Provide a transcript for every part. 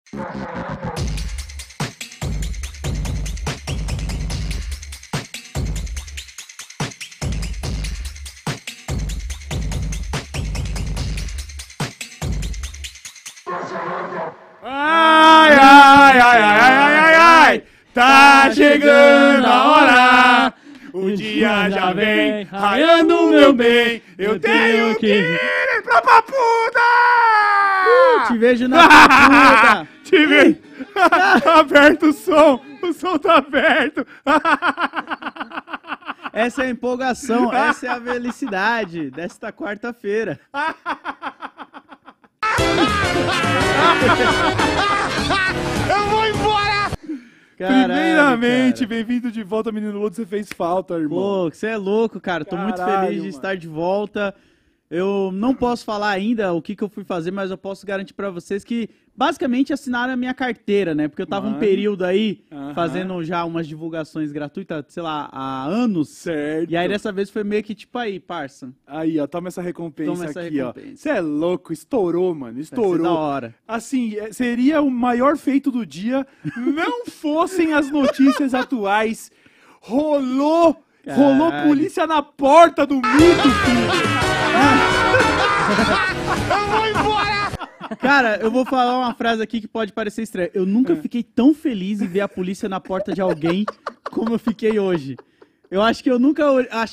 Ai, ai, ai, ai, ai, ai, ai, tá chegando a hora, o dia já vem, raiando meu bem, eu tenho que ir pra papuda! Te vejo na papuda! Te vejo! Tá aberto o som tá aberto! Essa é a empolgação, essa é a felicidade desta quarta-feira. Eu vou embora! Caralho, Primeiramente, cara. bem-vindo de volta, menino Lodo. Você fez falta, irmão. Pô, você é louco, cara. Tô muito Caralho, feliz de mano. estar de volta. Eu não posso falar ainda o que eu fui fazer, mas eu posso garantir pra vocês que basicamente assinaram a minha carteira, né? Porque eu tava um Mano. período aí Aham. fazendo já umas divulgações gratuitas, sei lá, há anos. Certo. E aí dessa vez foi meio que tipo aí, parça. Aí, ó, toma essa recompensa Toma essa aqui, recompensa. ó. Você é louco, estourou, mano, Vai ser estourou. da hora. Assim, seria o maior feito do dia, não fossem as notícias atuais. Rolou Caralho. polícia na porta do mito, filho. Eu vou embora! Cara, eu vou falar uma frase aqui que pode parecer estranha. Eu nunca fiquei tão feliz em ver a polícia na porta de alguém como eu fiquei hoje. Eu acho que eu nunca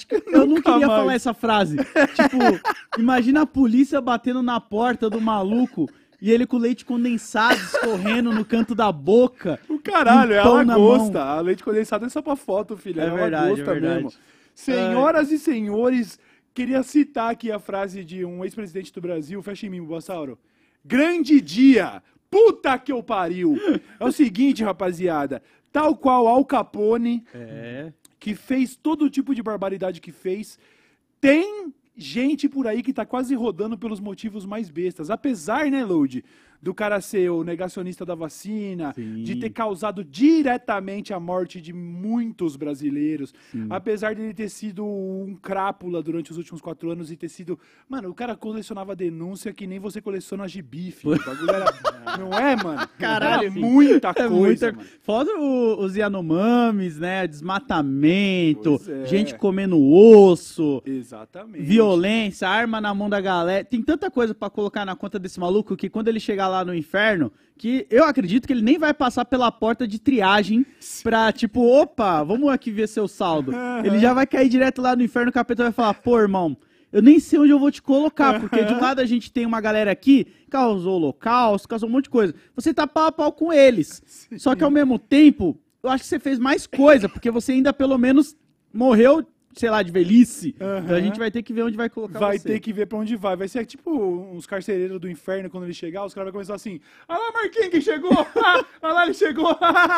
iria mais. falar essa frase. Tipo, imagina a polícia batendo na porta do maluco e ele com leite condensado escorrendo no canto da boca. O caralho, Um pão ela na gosta. A leite condensada é só pra foto, filha. É Ela verdade, gosta é verdade. mesmo. Senhoras e senhores, queria citar aqui a frase de um ex-presidente do Brasil, fecha em mim, Bossauro. Grande dia! Puta que eu pariu! É o seguinte, rapaziada. Tal qual Al Capone, É. que fez todo tipo de barbaridade que fez, tem gente por aí que tá quase rodando pelos motivos mais bestas. Apesar, né, Load, do cara ser o negacionista da vacina, Sim. de ter causado diretamente a morte de muitos brasileiros, apesar de ele ter sido um crápula durante os últimos 4 anos e ter sido... Mano, o cara colecionava denúncia que nem você coleciona gibi, filho. O bagulho era... Não é, mano? Caralho, Era filho. muita É coisa, muita... mano. Fora os Yanomamis, né? Desmatamento, Pois é. gente comendo osso, Exatamente. violência, arma na mão da galera. Tem tanta coisa pra colocar na conta desse maluco que quando ele chegar lá no inferno, que eu acredito que ele nem vai passar pela porta de triagem pra, tipo, opa, vamos aqui ver seu saldo. Ele já vai cair direto lá no inferno, o capeta vai falar, pô, irmão, eu nem sei onde eu vou te colocar, porque de um lado a gente tem uma galera aqui que causou holocausto, causou um monte de coisa. Você tá pau a pau com eles. Só que ao mesmo tempo, eu acho que você fez mais coisa, porque você ainda pelo menos morreu, sei lá, de velhice. Então a gente vai ter que ver onde vai colocar Vai você. ter que ver pra onde vai. Vai ser tipo uns carcereiros do inferno quando ele chegar, os caras vão começar assim: ah lá, Marquinhos que chegou! Ah lá, ele chegou!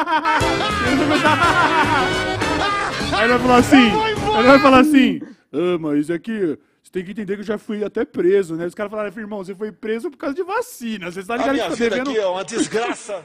Ele vai começar... Aí ele vai falar assim: ele vai falar assim: ah, mas é que você tem que entender que eu já fui até preso, né? Os caras falaram, irmão, você foi preso por causa de vacina. Você sabe que A a minha gente tá vida devendo. aqui é uma desgraça.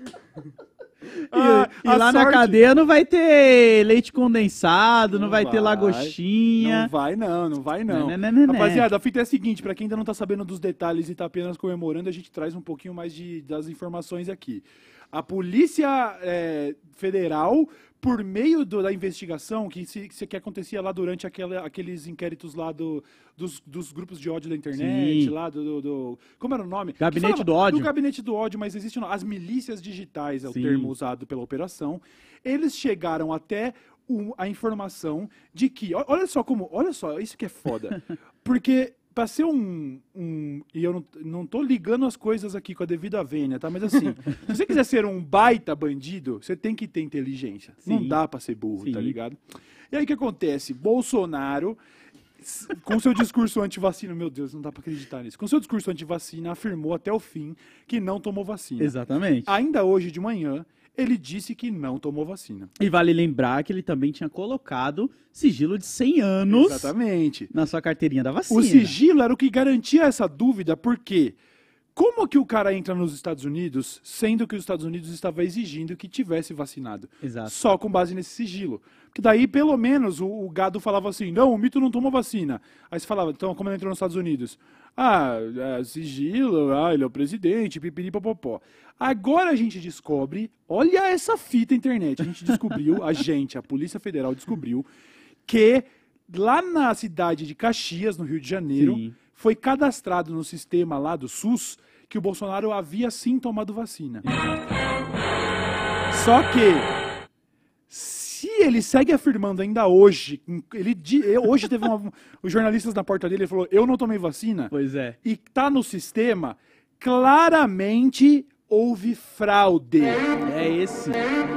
E lá na cadeia não vai ter leite condensado, não vai ter lagostinha. Não vai não, não vai não. Né. Rapaziada, a fita é a seguinte, pra quem ainda não tá sabendo dos detalhes e tá apenas comemorando, a gente traz um pouquinho mais das informações aqui. A Polícia Federal, por meio da investigação que acontecia lá durante aqueles inquéritos lá dos grupos de ódio da internet, Sim. lá como era o nome? Gabinete Que falava do ódio. Do Gabinete do Ódio, mas existe as milícias digitais, é o Sim. termo usado pela operação. Eles chegaram até a informação de que, olha só, isso que é foda. Porque pra ser e eu não tô ligando as coisas aqui com a devida vênia, tá? Mas assim, se você quiser ser um baita bandido, você tem que ter inteligência. Não Sim. dá pra ser burro, Sim. tá ligado? E aí o que acontece? Bolsonaro, com seu discurso anti-vacina, meu Deus, não dá pra acreditar nisso. Com seu discurso anti-vacina, afirmou até o fim que não tomou vacina. Exatamente. Ainda hoje de manhã, ele disse que não tomou vacina. E vale lembrar que ele também tinha colocado sigilo de 100 anos Exatamente. na sua carteirinha da vacina. O sigilo era o que garantia essa dúvida, porque Como que o cara entra nos Estados Unidos, sendo que os Estados Unidos estava exigindo que tivesse vacinado? Exato. Só com base nesse sigilo. Porque daí, pelo menos, o gado falava assim, não, o mito não toma vacina. Aí você falava, então, como ele entrou nos Estados Unidos? Sigilo, ele é o presidente, pipiripopopó. Agora a gente descobre, olha essa fita internet, a gente descobriu, a Polícia Federal descobriu, que lá na cidade de Caxias, no Rio de Janeiro, Sim. foi cadastrado no sistema lá do SUS que o Bolsonaro havia sim tomado vacina. Só que, se ele segue afirmando ainda hoje, hoje teve os jornalistas na porta dele, ele falou, eu não tomei vacina, Pois é. e tá no sistema, claramente houve fraude. É esse.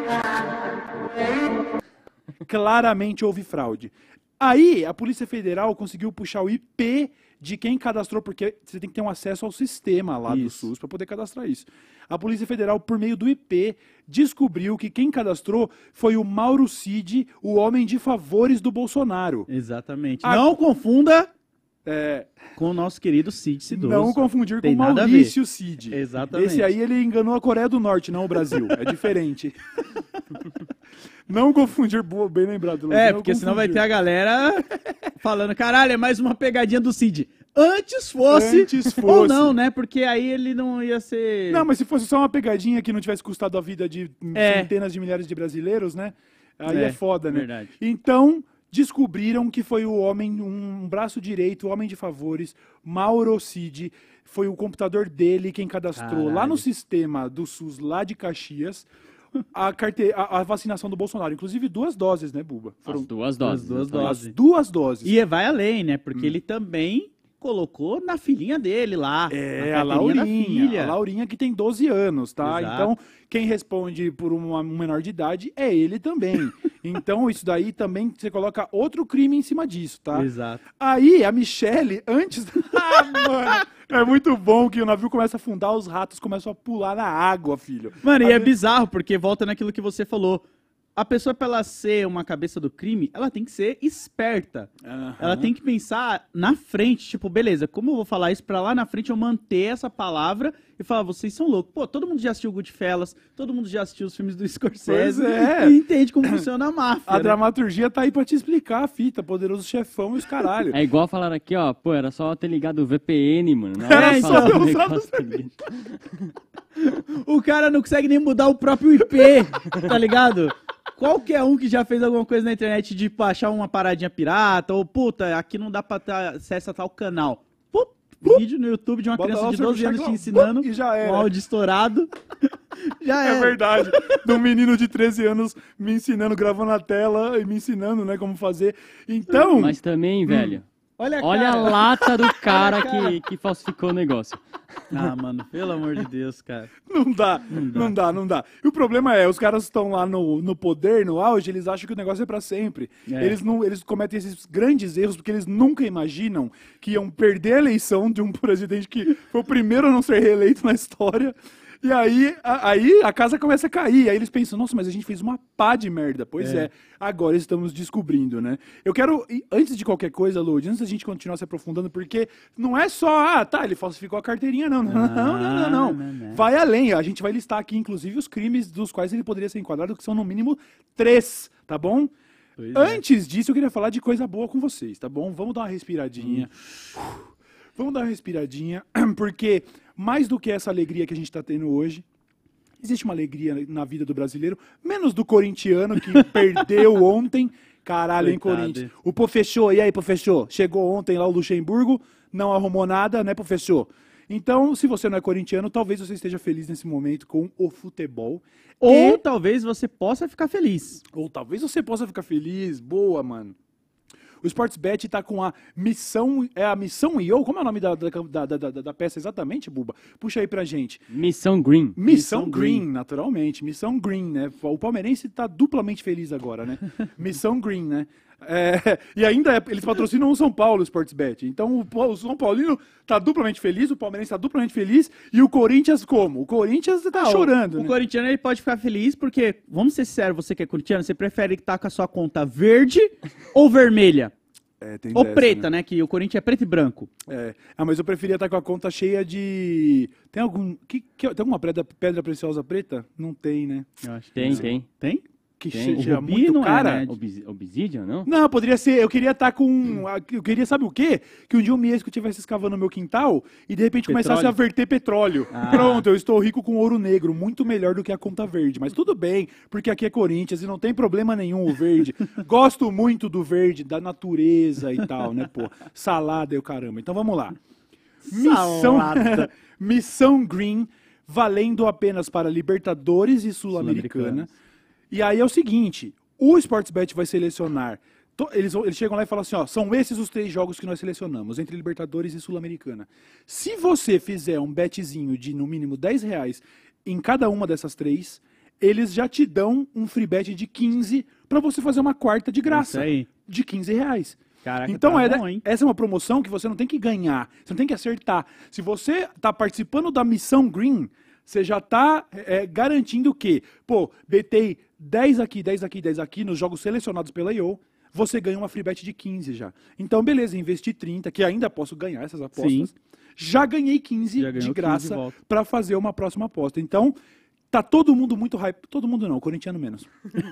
Claramente houve fraude. Aí, a Polícia Federal conseguiu puxar o IP de quem cadastrou, porque você tem que ter um acesso ao sistema lá do Isso. SUS para poder cadastrar isso. A Polícia Federal, por meio do IP, descobriu que quem cadastrou foi o Mauro Cid, o homem de favores do Bolsonaro. Exatamente. Não confunda com o nosso querido Cid Cidoso. Não confundir Tem com nada a ver. Maurício Cid. Exatamente. Esse aí ele enganou a Coreia do Norte, não o Brasil. É diferente. Não confundir, boa, bem lembrado. Lu, não Porque senão vai confundir. ter a galera falando, caralho, é mais uma pegadinha do Cid. Antes fosse, ou não, né? Porque aí ele não ia ser... Não, mas se fosse só uma pegadinha que não tivesse custado a vida de centenas de milhares de brasileiros, né? Aí é foda, né? Verdade. Então, descobriram que foi o homem, um braço direito, o homem de favores, Mauro Cid, foi o computador dele quem cadastrou lá no sistema do SUS, lá de Caxias, a vacinação do Bolsonaro. Inclusive 2 doses, né, Buba? As duas doses. As 2 doses. E vai além, né? Porque ele também colocou na filhinha dele lá. A na carteirinha da Laurinha. filha. A Laurinha que tem 12 anos, tá? Exato. Então, quem responde por um menor de idade é ele também. Então, isso daí também, você coloca outro crime em cima disso, tá? Exato. Aí, a Michelle, antes... mano, é muito bom que o navio começa a afundar, os ratos começam a pular na água, filho. Mano, e é Aí- bizarro, porque volta naquilo que você falou. A pessoa, pra ela ser uma cabeça do crime, ela tem que ser esperta. Aham. Ela tem que pensar na frente, tipo, beleza, como eu vou falar isso pra lá na frente eu manter essa palavra e falar, vocês são loucos. Pô, todo mundo já assistiu Goodfellas, todo mundo já assistiu os filmes do Scorsese Pois é. e entende como funciona a máfia. A né? dramaturgia tá aí pra te explicar a fita, Poderoso Chefão e os caralho. É igual falaram aqui, ó, pô, era só ter ligado o VPN, mano. Na Era hora de só falar do usar negócio ali. O cara não consegue nem mudar o próprio IP, tá ligado? Qualquer um que já fez alguma coisa na internet de tipo, achar uma paradinha pirata, ou puta, aqui não dá pra ter acesso a tal canal. Vídeo no YouTube de uma Bota criança lá de o seu 12 anos te chaclão, ensinando, e já era. um áudio estourado. Já É era. verdade. De um menino de 13 anos me ensinando, gravando a tela e me ensinando, né, como fazer. Então, Mas também, velho, Olha a olha a cara. lata do cara Olha a cara. que falsificou o negócio. Ah, mano, pelo amor de Deus, cara. não dá. E o problema é, os caras estão lá no poder, no auge, eles acham que o negócio é pra sempre. É. Eles cometem esses grandes erros porque eles nunca imaginam que iam perder a eleição de um presidente que foi o primeiro a não ser reeleito na história. E aí a casa começa a cair. Aí eles pensam, nossa, mas a gente fez uma pá de merda. Pois é, agora estamos descobrindo, né? Eu quero, antes de qualquer coisa, Lud, antes da gente continuar se aprofundando, porque não é só, ele falsificou a carteirinha, não. Não. Vai além. A gente vai listar aqui, inclusive, os crimes dos quais ele poderia ser enquadrado, que são no mínimo 3, tá bom? Pois é. Antes disso, eu queria falar de coisa boa com vocês, tá bom? Vamos dar uma respiradinha. Vamos dar uma respiradinha, porque mais do que essa alegria que a gente está tendo hoje, existe uma alegria na vida do brasileiro, menos do corintiano que perdeu ontem. Caralho, hein, Coitado. Corinthians? O professor, e aí, professor? Chegou ontem lá o Luxemburgo, não arrumou nada, né, professor? Então, se você não é corintiano, talvez você esteja feliz nesse momento com o futebol. Ou talvez você possa ficar feliz. Ou talvez você possa ficar feliz. Boa, mano. O Sportsbet tá com a Missão... É a Missão IO? Como é o nome da peça exatamente, Buba? Puxa aí pra gente. Missão Green. Missão Green, naturalmente. Missão Green, né? O palmeirense tá duplamente feliz agora, né? Missão Green, né? E ainda eles patrocinam o São Paulo, o Sportsbet. Então o São Paulino tá duplamente feliz, o palmeirense tá duplamente feliz, e o Corinthians como? O Corinthians tá chorando, O né? corintiano ele pode ficar feliz porque, vamos ser sinceros, você que é corintiano, você prefere estar com a sua conta verde ou vermelha? Tem Ou dessa, preta, né? Que o Corinthians é preto e branco. Mas eu preferia estar com a conta cheia de... Tem alguma pedra preciosa preta? Não tem, né? Eu acho que Tem, não. tem. Tem? Que Tem. seja O Rubi muito não é, cara. né? Obsidian, não? Não, poderia ser. Eu queria estar com. Eu queria, sabe o quê? Que um dia o Miesco estivesse escavando no meu quintal e de repente começasse a verter petróleo. Pronto, eu estou rico com ouro negro, muito melhor do que a conta verde. Mas tudo bem, porque aqui é Corinthians e não tem problema nenhum o verde. Gosto muito do verde, da natureza e tal, né, pô? Salada e o caramba. Então vamos lá. Salada. Missão Green, valendo apenas para Libertadores e Sul-Americana. E aí é o seguinte, o Sportsbet vai selecionar, eles chegam lá e falam assim, ó, são esses os 3 jogos que nós selecionamos, entre Libertadores e Sul-Americana. Se você fizer um betzinho de no mínimo R$10 em cada uma dessas 3, eles já te dão um free bet de 15 para você fazer uma quarta de graça, Isso aí. de R$15. Caraca, Então, tá bom, hein? essa é uma promoção que você não tem que ganhar, você não tem que acertar. Se você está participando da Missão Green, você já está garantindo que, pô, betei 10 aqui, 10 aqui, 10 aqui nos jogos selecionados pela IO, você ganha uma free bet de 15 já. Então, beleza, investi 30, que ainda posso ganhar essas apostas. Sim. Já ganhei 15 Já ganhou de 15 graça de volta. para fazer uma próxima aposta. Então, tá todo mundo muito hype. Todo mundo não, corintiano menos.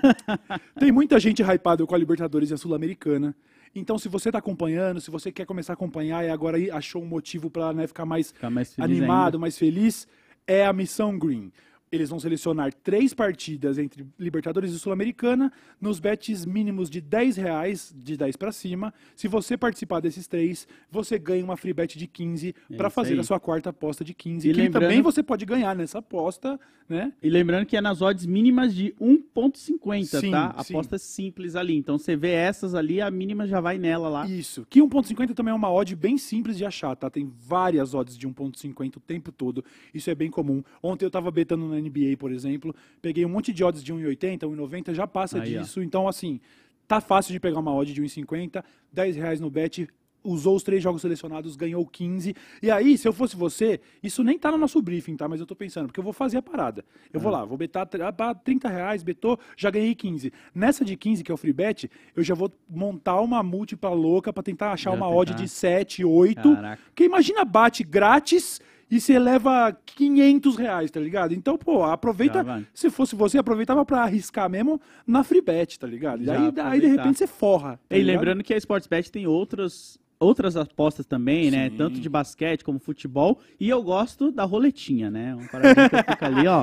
Tem muita gente hypada com a Libertadores e a Sul-Americana. Então, se você tá acompanhando, se você quer começar a acompanhar e agora aí achou um motivo para, né, ficar mais mais feliz animado, ainda. mais feliz, é a Missão Green. Eles vão selecionar 3 partidas entre Libertadores e Sul-Americana nos bets mínimos de R$10, de 10 para cima. Se você participar desses 3, você ganha uma free bet de 15 para isso fazer aí. a sua quarta aposta de 15. E que lembrando- também você pode ganhar nessa aposta, né? E lembrando que é nas odds mínimas de 1,50, Sim, tá? sim. Aposta simples ali. Então você vê essas ali, a mínima já vai nela lá. Isso. Que 1.50 também é uma odd bem simples de achar, tá? Tem várias odds de 1.50 o tempo todo. Isso é bem comum. Ontem eu tava betando na NBA, por exemplo. Peguei um monte de odds de 1,80, 1,90, já passa Aí, ó. disso. Então, assim, tá fácil de pegar uma odd de 1,50, R$10 no bet, usou os 3 jogos selecionados, ganhou 15. E aí, se eu fosse você, isso nem tá no nosso briefing, tá? Mas eu tô pensando, porque eu vou fazer a parada. Eu vou lá, vou betar R$30, betou, já ganhei 15. Nessa de 15, que é o free bet, eu já vou montar uma múltipla louca pra tentar achar Já uma tentar. odd de 7, 8. Caraca. Porque imagina, bate grátis e você leva R$500, tá ligado? Então, pô, aproveita. Já vai. Se fosse você, aproveitava pra arriscar mesmo na free bet, tá ligado? E Já aí, de aproveitar. repente, você forra. Tá E ligado? lembrando que a Sportsbet tem outras apostas também, né? Sim. Tanto de basquete como futebol. E eu gosto da roletinha, né? Um paradinho que fica ali, ó.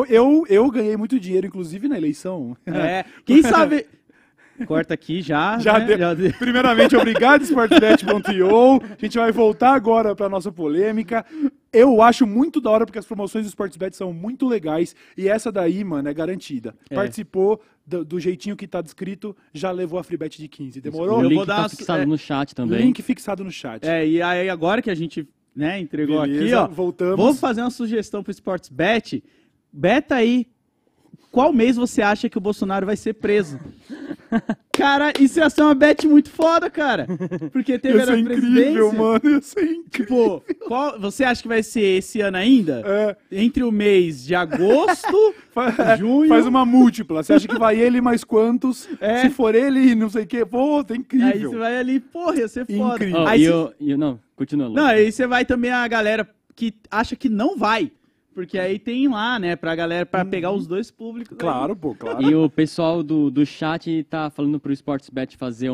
Eu ganhei muito dinheiro, inclusive na eleição. Quem sabe... Corta aqui já. Já né? deu. Já deu. Primeiramente, obrigado, Sportsbet.io. A gente vai voltar agora para nossa polêmica. Eu acho muito da hora, porque as promoções do Sportsbet são muito legais. E essa daí, mano, é garantida. É. Participou do jeitinho que tá descrito, já levou a free bet de 15. Demorou? O Eu link vou dar tá umas- fixado no chat também. Link fixado no chat. E aí agora que a gente, né, entregou aqui, Beleza, ó. voltamos. Vou fazer uma sugestão pro Sportsbet. Beta aí. Qual mês você acha que o Bolsonaro vai ser preso? Cara, isso ia ser uma bet muito foda, cara. Porque teve Isso a é presidência. incrível, mano. Isso é incrível. Tipo, você acha que vai ser esse ano ainda? É. Entre o mês de agosto, junho... Faz uma múltipla. Você acha que vai ele mais quantos? É. Se for ele, não sei o quê. Pô, tá Aí incrível. você vai ali, porra, ia ser foda. Incrível. Ó, Aí não, continua, Lu. Não, aí você vai também a galera que acha que não vai. Porque aí tem lá, né, pra galera, pra pegar os dois públicos. aí. Claro, pô, claro. E o pessoal do chat tá falando pro Sportsbet fazer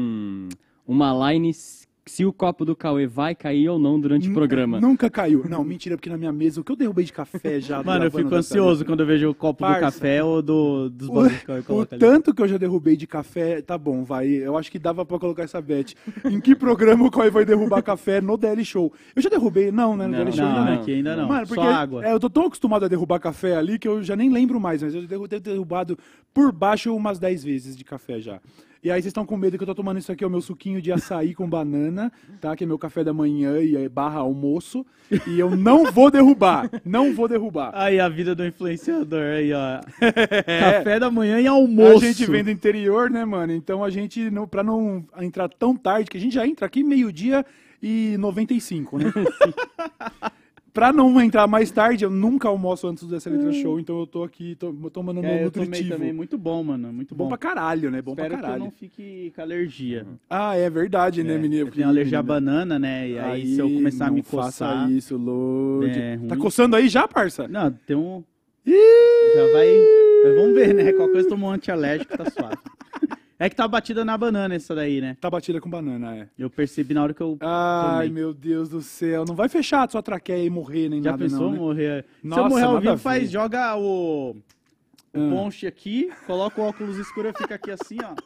uma line se o copo do Cauê vai cair ou não durante o programa. Nunca caiu. Não, mentira, porque na minha mesa, o que eu derrubei de café já... Mano, eu gravando fico dessa ansioso vez. quando eu vejo o copo Parça. do café ou dos bagulhos que eu O coloco ali. tanto que eu já derrubei de café, tá bom, vai. Eu acho que dava pra colocar essa bet. Em que programa o Cauê vai derrubar café no DL Show? Eu já derrubei, não, né? No Não, DL Show Não, ainda não. aqui ainda não. Mano, porque Só água. eu tô tão acostumado a derrubar café ali que eu já nem lembro mais, mas eu já devo ter derrubado por baixo umas 10 vezes de café já. E aí vocês estão com medo que eu tô tomando isso aqui, é o meu suquinho de açaí com banana, tá? Que é meu café da manhã e é barra almoço. E eu não vou derrubar, não vou derrubar. Aí a vida do influenciador aí, ó. Café da manhã e almoço. A gente vem do interior, né, mano? Então a gente, pra não entrar tão tarde, que a gente já entra aqui meio-dia e 95, né? Pra não entrar mais tarde, eu nunca almoço antes do SLT Show, então eu tô aqui tomando no Eu tomei nutritivo. também, muito bom, mano, muito bom. Bom pra caralho, né? Bom Espero pra que eu caralho. não fique com alergia. Ah, é verdade, né, menino? Eu tenho alergia à banana, né? E aí, se eu começar a me coçar... Não faça isso, Lorde. É ruim. Tá coçando aí já, parça? Não, tem um... Ih! Já vai... Mas vamos ver, né? Qualquer coisa toma um antialérgico, tá suave. É que tá batida na banana essa daí, né? Tá batida com banana, é. Eu percebi na hora que eu Ai, tomei. meu Deus do céu. Não vai fechar a sua traqueia e morrer nem Já nada, pensou não, né? morrer? Se Nossa, eu morrer ao nada a vivo, ver. joga o ponche aqui, coloca o óculos escuro e fica aqui assim, ó.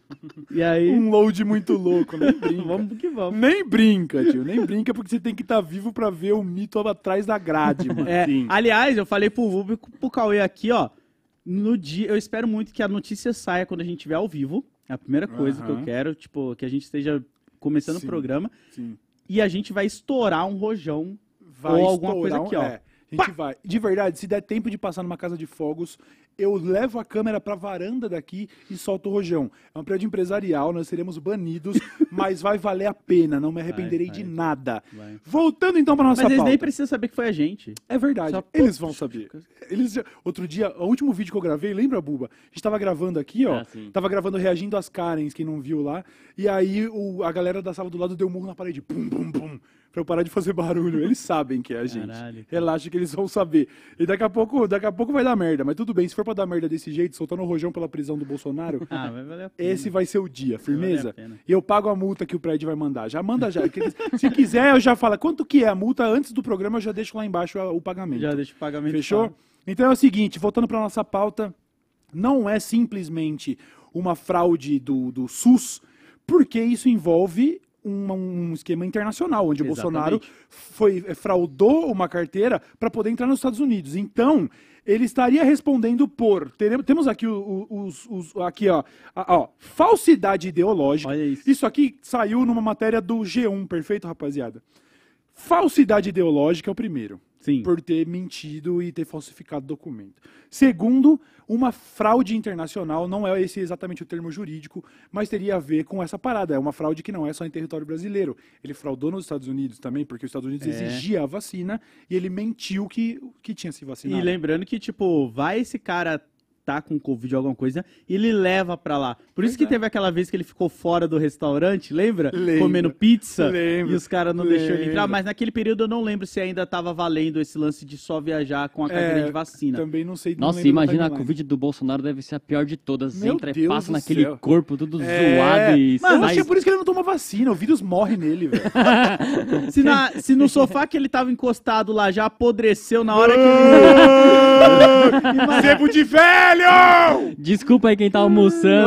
E aí, Um load muito louco, nem brinca. vamos que vamos. Nem brinca, tio. Nem brinca, porque você tem que estar vivo pra ver o mito atrás da grade, mano. É, aliás, eu falei pro Vulbo e pro Cauê aqui, ó. No dia, eu espero muito que a notícia saia quando a gente estiver ao vivo. É a primeira coisa que eu Aham. quero, tipo, que a gente esteja começando Sim. o programa. Sim. E a gente vai estourar um rojão Vai ou alguma estourar coisa aqui, ó. A gente vai. De verdade, se der tempo de passar numa casa de fogos, eu levo a câmera pra varanda daqui e solto o rojão. É um prédio empresarial, nós seremos banidos, mas vai valer a pena, não me arrependerei Vai. de nada. Vai. Voltando então pra nossa Mas eles pauta. nem precisam saber que foi a gente. É verdade, Só- eles vão saber. Outro dia, o último vídeo que eu gravei, lembra, Buba? A gente tava gravando aqui, ó. Ah, sim. Tava gravando reagindo às Karens, quem não viu lá. E aí a galera da sala do lado deu um murro na parede. Pum, pum, pum. Pra eu parar de fazer barulho. Eles sabem que é a gente. Caralho. Relaxa que eles vão saber. E daqui a pouco vai dar merda. Mas tudo bem, se for pra dar merda desse jeito, soltando o rojão pela prisão do Bolsonaro, Ah, vai valer a pena. esse vai ser o dia, firmeza? a pena. E eu pago a multa que o prédio vai mandar. Já manda já. Se quiser, eu já falo quanto que é a multa. Antes do programa, eu já deixo lá embaixo o pagamento. Já deixa o pagamento. Fechou? pago. Então é o seguinte, voltando para nossa pauta, não é simplesmente uma fraude do SUS, porque isso envolve um esquema internacional, onde o Bolsonaro fraudou uma carteira para poder entrar nos Estados Unidos. Então, ele estaria respondendo por... Temos aqui aqui, ó, falsidade ideológica. Olha isso. Isso aqui saiu numa matéria do G1, perfeito, rapaziada? Falsidade ideológica é o primeiro. Sim. Por ter mentido e ter falsificado documento. Segundo, uma fraude internacional, não é esse exatamente o termo jurídico, mas teria a ver com essa parada. É uma fraude que não é só em território brasileiro. Ele fraudou nos Estados Unidos também, porque os Estados Unidos exigia a vacina e ele mentiu que tinha se vacinado. E lembrando que, tipo, vai esse cara tá com Covid ou alguma coisa e ele leva pra lá. Por isso que teve aquela vez que ele ficou fora do restaurante, lembra? Lembro. Comendo pizza. Lembro. E os caras não deixaram ele entrar. Lembro. Mas naquele período eu não lembro se ainda tava valendo esse lance de só viajar com a carteira de vacina. Também não sei. não Nossa, lembro da imagina a timeline. Covid do Bolsonaro deve ser a pior de todas. Meu Entra e Deus passa do naquele céu. corpo tudo zoado e Mano, eu acho sai. que é por isso que ele não toma vacina. O vírus morre nele, velho. Se no sofá que ele tava encostado lá já apodreceu na hora que ele... Sebo de velho! Desculpa aí quem tá almoçando.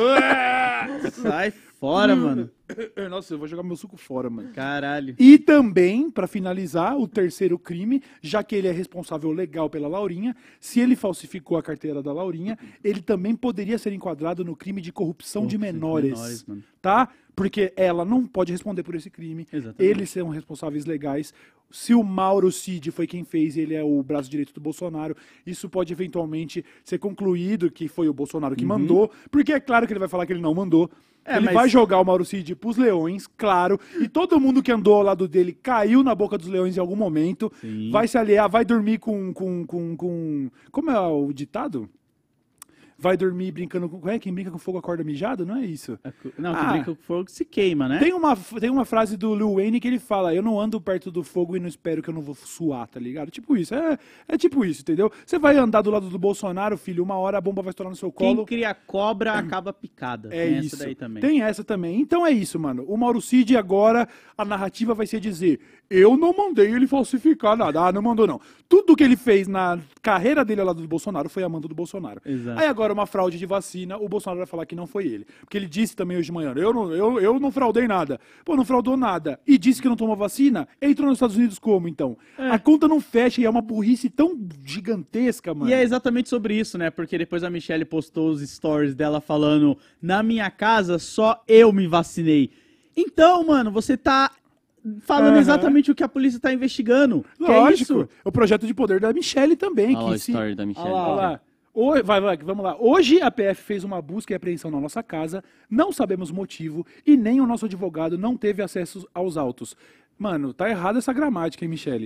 Sai fora, mano. Nossa, eu vou jogar meu suco fora, mano. Caralho. E também, pra finalizar, o terceiro crime, já que ele é responsável legal pela Laurinha, se ele falsificou a carteira da Laurinha, ele também poderia ser enquadrado no crime de corrupção de menores, mano. tá? Porque ela não pode responder por esse crime. Exatamente. Eles são responsáveis legais. Se o Mauro Cid foi quem fez, ele é o braço direito do Bolsonaro, isso pode eventualmente ser concluído que foi o Bolsonaro que mandou, porque é claro que ele vai falar que ele não mandou. Ele mas- vai jogar o Mauro Cid pros leões, claro, e todo mundo que andou ao lado dele caiu na boca dos leões em algum momento, Sim. vai se aliar, vai dormir com... Como é o ditado? Vai dormir brincando com... Quem brinca com fogo acorda mijado? Não é isso? Não, que Ah. brinca com fogo se queima, né? Tem uma frase do Lil Wayne que ele fala: eu não ando perto do fogo e não espero que eu não vou suar, tá ligado? Tipo isso, é tipo isso, entendeu? Você vai andar do lado do Bolsonaro, filho, uma hora a bomba vai estourar no seu Quem colo. cria cobra acaba picada. É Tem isso. essa daí também. Tem essa também. Então é isso, mano. O Mauro Cid agora, a narrativa vai ser dizer: eu não mandei ele falsificar nada. Ah, não mandou não. Tudo que ele fez na carreira dele ao lado do Bolsonaro foi a mando do Bolsonaro. Exato. Aí agora uma fraude de vacina, o Bolsonaro vai falar que não foi ele. Porque ele disse também hoje de manhã: eu não fraudei nada. Pô, não fraudou nada. E disse que não tomou vacina, entrou nos Estados Unidos como, então? A conta não fecha e é uma burrice tão gigantesca, mano. E é exatamente sobre isso, né? Porque depois a Michelle postou os stories dela falando: na minha casa só eu me vacinei. Então, mano, você tá falando Aham. exatamente o que a polícia tá investigando. Que é Lógico. isso? O projeto de poder da Michelle também. Olha lá o que se... story da Michelle. Olha Olha lá. Vamos lá. Hoje a PF fez uma busca e apreensão na nossa casa, não sabemos o motivo e nem o nosso advogado não teve acesso aos autos. Mano, tá errada essa gramática, hein, Michele?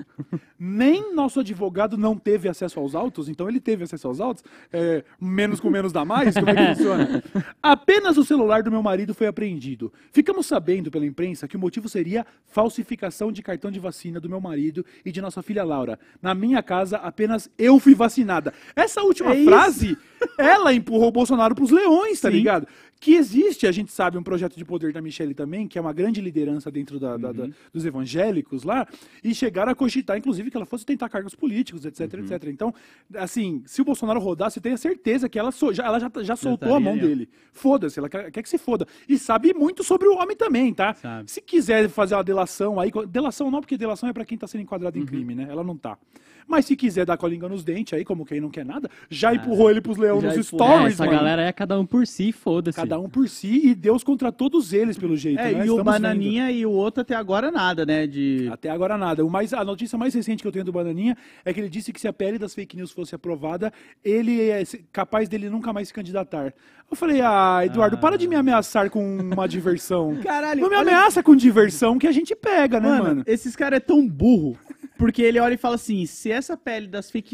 Nem nosso advogado não teve acesso aos autos, então ele teve acesso aos autos. Menos com menos dá mais? Como é que funciona? Apenas o celular do meu marido foi apreendido. Ficamos sabendo pela imprensa que o motivo seria falsificação de cartão de vacina do meu marido e de nossa filha Laura. Na minha casa, apenas eu fui vacinada. Essa última frase, ela empurrou o Bolsonaro pros leões, tá ligado? Que existe, a gente sabe, um projeto de poder da Michelle também, que é uma grande liderança dentro dos evangélicos lá, e chegaram a cogitar, inclusive, que ela fosse tentar cargos políticos, etc, etc. Então, assim, se o Bolsonaro rodasse, eu tenho certeza que ela já soltou a mão dele. Foda-se, ela quer que se foda. E sabe muito sobre o homem também, tá? Sabe. Se quiser fazer uma delação aí, delação não, porque delação é pra quem tá sendo enquadrado em crime, né? Ela não tá. Mas se quiser dar colinga nos dentes aí, como quem não quer nada, já empurrou ele pros leões nos stories, essa mano. galera é cada um por si, foda-se. Cada um por si e Deus contra todos eles, pelo jeito. Né? E o Bananinha e o outro até agora nada, né? Até agora nada. A notícia mais recente que eu tenho do Bananinha é que ele disse que se a PL das fake news fosse aprovada, ele é capaz dele nunca mais se candidatar. Eu falei, Eduardo, para de me ameaçar com uma diversão. Caralho, não me ameaça com diversão que a gente pega, né, mano? Esses caras é tão burro, porque ele olha e fala assim, se essa PL das fake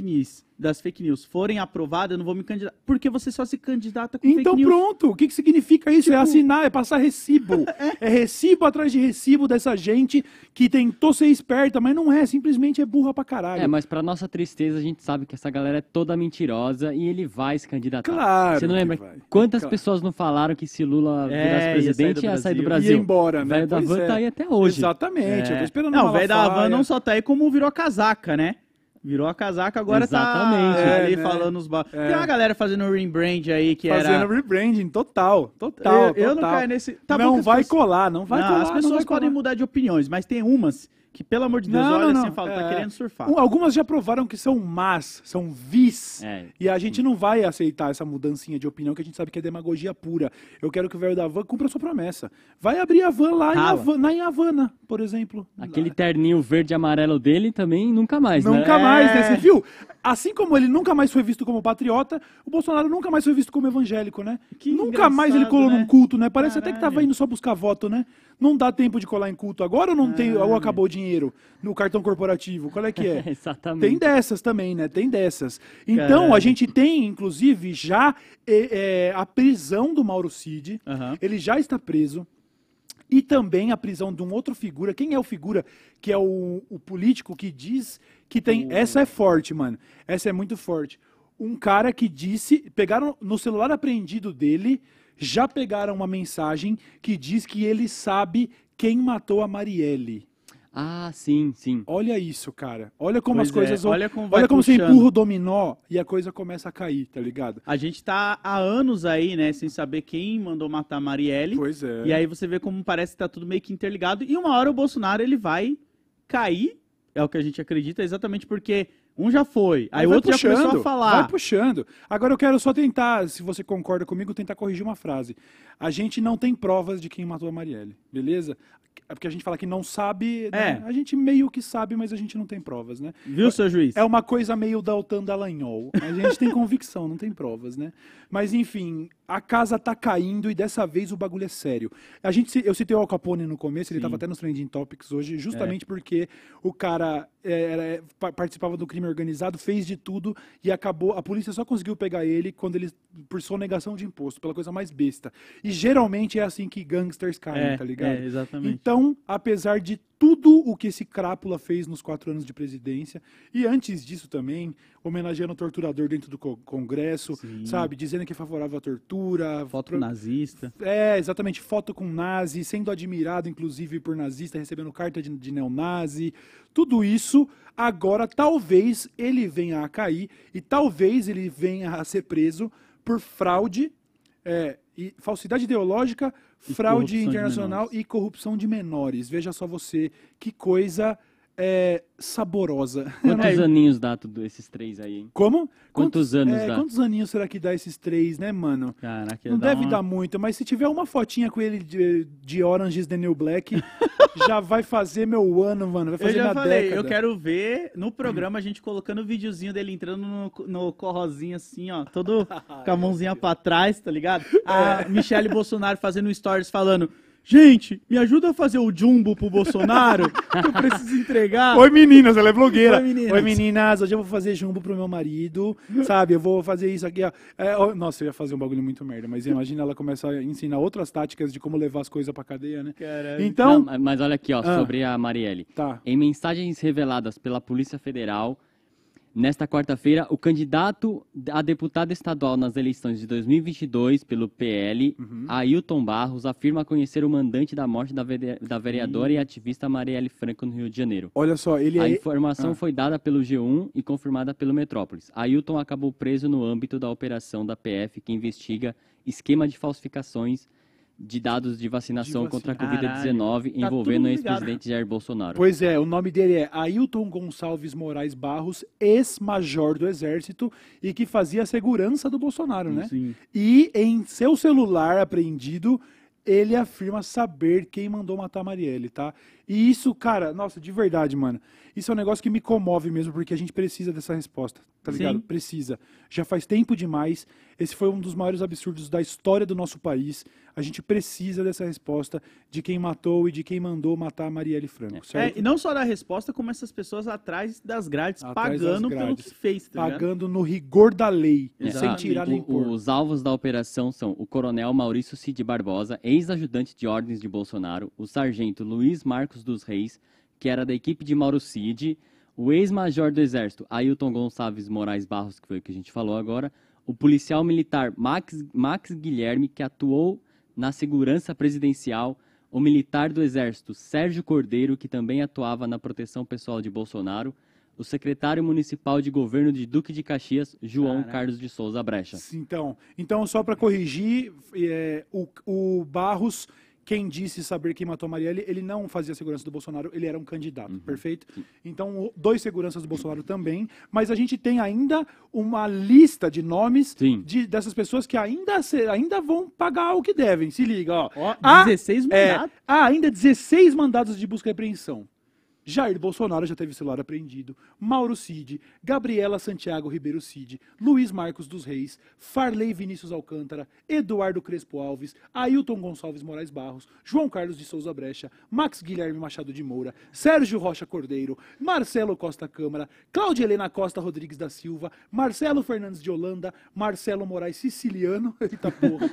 news forem aprovadas, eu não vou me candidatar. Porque você só se candidata com então fake news. Pronto, o que significa isso? É assinar, é passar recibo. É recibo atrás de recibo dessa gente que tentou ser esperta, mas não é, simplesmente é burra pra caralho. Mas pra nossa tristeza, a gente sabe que essa galera é toda mentirosa e ele vai se candidatar. Claro. Você não lembra quantas pessoas não falaram que se Lula virasse presidente ia sair do Brasil? Ia embora, né? O velho da van tá aí até hoje. Exatamente, eu tô esperando Não, o velho da van não só tá aí como virou a casaca, né? Virou a casaca, agora exatamente, tá ali falando os... Tem uma galera fazendo um rebrand aí que fazendo rebranding, total. Eu não caio nesse... Tá não vai colar, não vai colar. As pessoas podem mudar de opiniões, mas tem umas que, pelo amor de Deus, você fala, tá querendo surfar. Algumas já provaram que são más, são vis. E a gente não vai aceitar essa mudancinha de opinião, que a gente sabe que é demagogia pura. Eu quero que o velho da van cumpra a sua promessa. Vai abrir a van lá em Havana, por exemplo. Aquele terninho verde e amarelo dele também nunca mais, né? Nunca mais, né? Você viu? Assim como ele nunca mais foi visto como patriota, o Bolsonaro nunca mais foi visto como evangélico, né? Nunca mais ele colou num culto, né? Parece até que tava indo só buscar voto, né? Não dá tempo de colar em culto agora ou não tem, ou acabou o dinheiro no cartão corporativo? Qual é que é? Exatamente. Tem dessas também, né? Tem dessas. Então, a gente tem, inclusive, já a prisão do Mauro Cid. Ele já está preso. E também a prisão de um outro figura. Quem é o figura? Que é o político que diz que tem... Essa é forte, mano. Essa é muito forte. Um cara que disse... Pegaram no celular apreendido dele... Já pegaram uma mensagem que diz que ele sabe quem matou a Marielle. Ah, sim. Olha isso, cara. Olha como as coisas... Olha como você empurra o dominó e a coisa começa a cair, tá ligado? A gente tá há anos aí, né, sem saber quem mandou matar a Marielle. Pois é. E aí você vê como parece que tá tudo meio que interligado. E uma hora o Bolsonaro, ele vai cair, é o que a gente acredita, exatamente porque... Um já foi, aí o outro já começou a falar. Vai puxando. Agora eu quero só tentar, se você concorda comigo, tentar corrigir uma frase. A gente não tem provas de quem matou a Marielle, beleza? É porque a gente fala que não sabe, né? A gente meio que sabe, mas a gente não tem provas, né? Viu, seu juiz? É uma coisa meio Daltan Dallagnol. A gente tem convicção, não tem provas, né? Mas enfim, a casa tá caindo e dessa vez o bagulho é sério. Eu citei o Al Capone no começo, ele tava até nos Trending Topics hoje, justamente porque o cara participava do crime organizado, fez de tudo e acabou. A polícia só conseguiu pegar ele quando ele, por sonegação de imposto, pela coisa mais besta. E geralmente é assim que gangsters caem, tá ligado? Exatamente. Então, apesar de tudo o que esse crápula fez nos 4 anos de presidência, e antes disso também, homenageando o torturador dentro do Congresso, sabe? Dizendo que é favorável à tortura. Foto nazista. Exatamente, foto com nazi, sendo admirado, inclusive, por nazista, recebendo carta de neonazi. Tudo isso, agora, talvez ele venha a cair e talvez ele venha a ser preso por fraude, e falsidade ideológica, fraude internacional e corrupção de menores. Veja só você, que coisa saborosa. Quantos aninhos dá tudo esses 3 aí, hein? Como? Quantos anos dá? Quantos aninhos será que dá esses 3, né, mano? Caraca, não deve dar muito, mas se tiver uma fotinha com ele de Orange is the New Black, já vai fazer meu ano, mano. Vai fazer minha década. Eu quero ver no programa a gente colocando o videozinho dele entrando no corrozinho assim, ó, todo com a mãozinha pra trás, tá ligado? A Michelle Bolsonaro fazendo stories falando: gente, me ajuda a fazer o jumbo pro Bolsonaro, que eu preciso entregar. Oi, meninas, ela é blogueira. Oi, meninas. Hoje eu vou fazer jumbo pro meu marido, sabe? Eu vou fazer isso aqui, ó. Nossa, eu ia fazer um bagulho muito merda, mas imagina ela começar a ensinar outras táticas de como levar as coisas pra cadeia, né? Caralho. Então... Não, mas olha aqui, ó, sobre a Marielle. Tá. Em mensagens reveladas pela Polícia Federal, nesta quarta-feira, o candidato a deputado estadual nas eleições de 2022 pelo PL, Ailton Barros, afirma conhecer o mandante da morte da vereadora e ativista Marielle Franco no Rio de Janeiro. Olha só, ele A é... informação foi dada pelo G1 e confirmada pelo Metrópolis. Ailton acabou preso no âmbito da operação da PF que investiga esquema de falsificações de dados de vacinação contra a Covid-19 Tá envolvendo tudo o ligado. ex-presidente Jair Bolsonaro. Pois é, o nome dele é Ailton Gonçalves Moraes Barros, ex-major do Exército e que fazia a segurança do Bolsonaro, né? Sim. E em seu celular apreendido, ele afirma saber quem mandou matar a Marielle, tá? E isso, cara, nossa, de verdade, mano. Isso é um negócio que me comove mesmo, porque a gente precisa dessa resposta, tá ligado? Sim. Precisa. Já faz tempo demais. Esse foi um dos maiores absurdos da história do nosso país. A gente precisa dessa resposta de quem matou e de quem mandou matar a Marielle Franco, certo? E não só da resposta, como essas pessoas atrás das grades, Atrás pagando das pelo grades. que fez, tá ligado? Pagando no rigor da lei, sem Exatamente. tirar nem pôr. Os alvos da operação são o coronel Maurício Cid Barbosa, ex-ajudante de ordens de Bolsonaro, o sargento Luiz Marcos dos Reis, que era da equipe de Mauro Cid, o ex-major do Exército Ailton Gonçalves Moraes Barros, que foi o que a gente falou agora, o policial militar Max Guilherme, que atuou na segurança presidencial, o militar do Exército Sérgio Cordeiro, que também atuava na proteção pessoal de Bolsonaro, o secretário municipal de governo de Duque de Caxias, João Caraca. Carlos de Souza Brecha. Então só para corrigir, o Barros, quem disse saber quem matou a Marielle, ele não fazia segurança do Bolsonaro, ele era um candidato, perfeito? Então, 2 seguranças do Bolsonaro também, mas a gente tem ainda uma lista de nomes Sim. dessas pessoas que ainda vão pagar o que devem. Se liga, ó. Ó, 16 mandatos. Há ainda 16 mandados de busca e apreensão. Jair Bolsonaro já teve celular apreendido, Mauro Cid, Gabriela Santiago Ribeiro Cid, Luiz Marcos dos Reis, Farley Vinícius Alcântara, Eduardo Crespo Alves, Ailton Gonçalves Moraes Barros, João Carlos de Souza Brecha, Max Guilherme Machado de Moura, Sérgio Rocha Cordeiro, Marcelo Costa Câmara, Cláudia Helena Costa Rodrigues da Silva, Marcelo Fernandes de Holanda, Marcelo Moraes Siciliano, eita porra,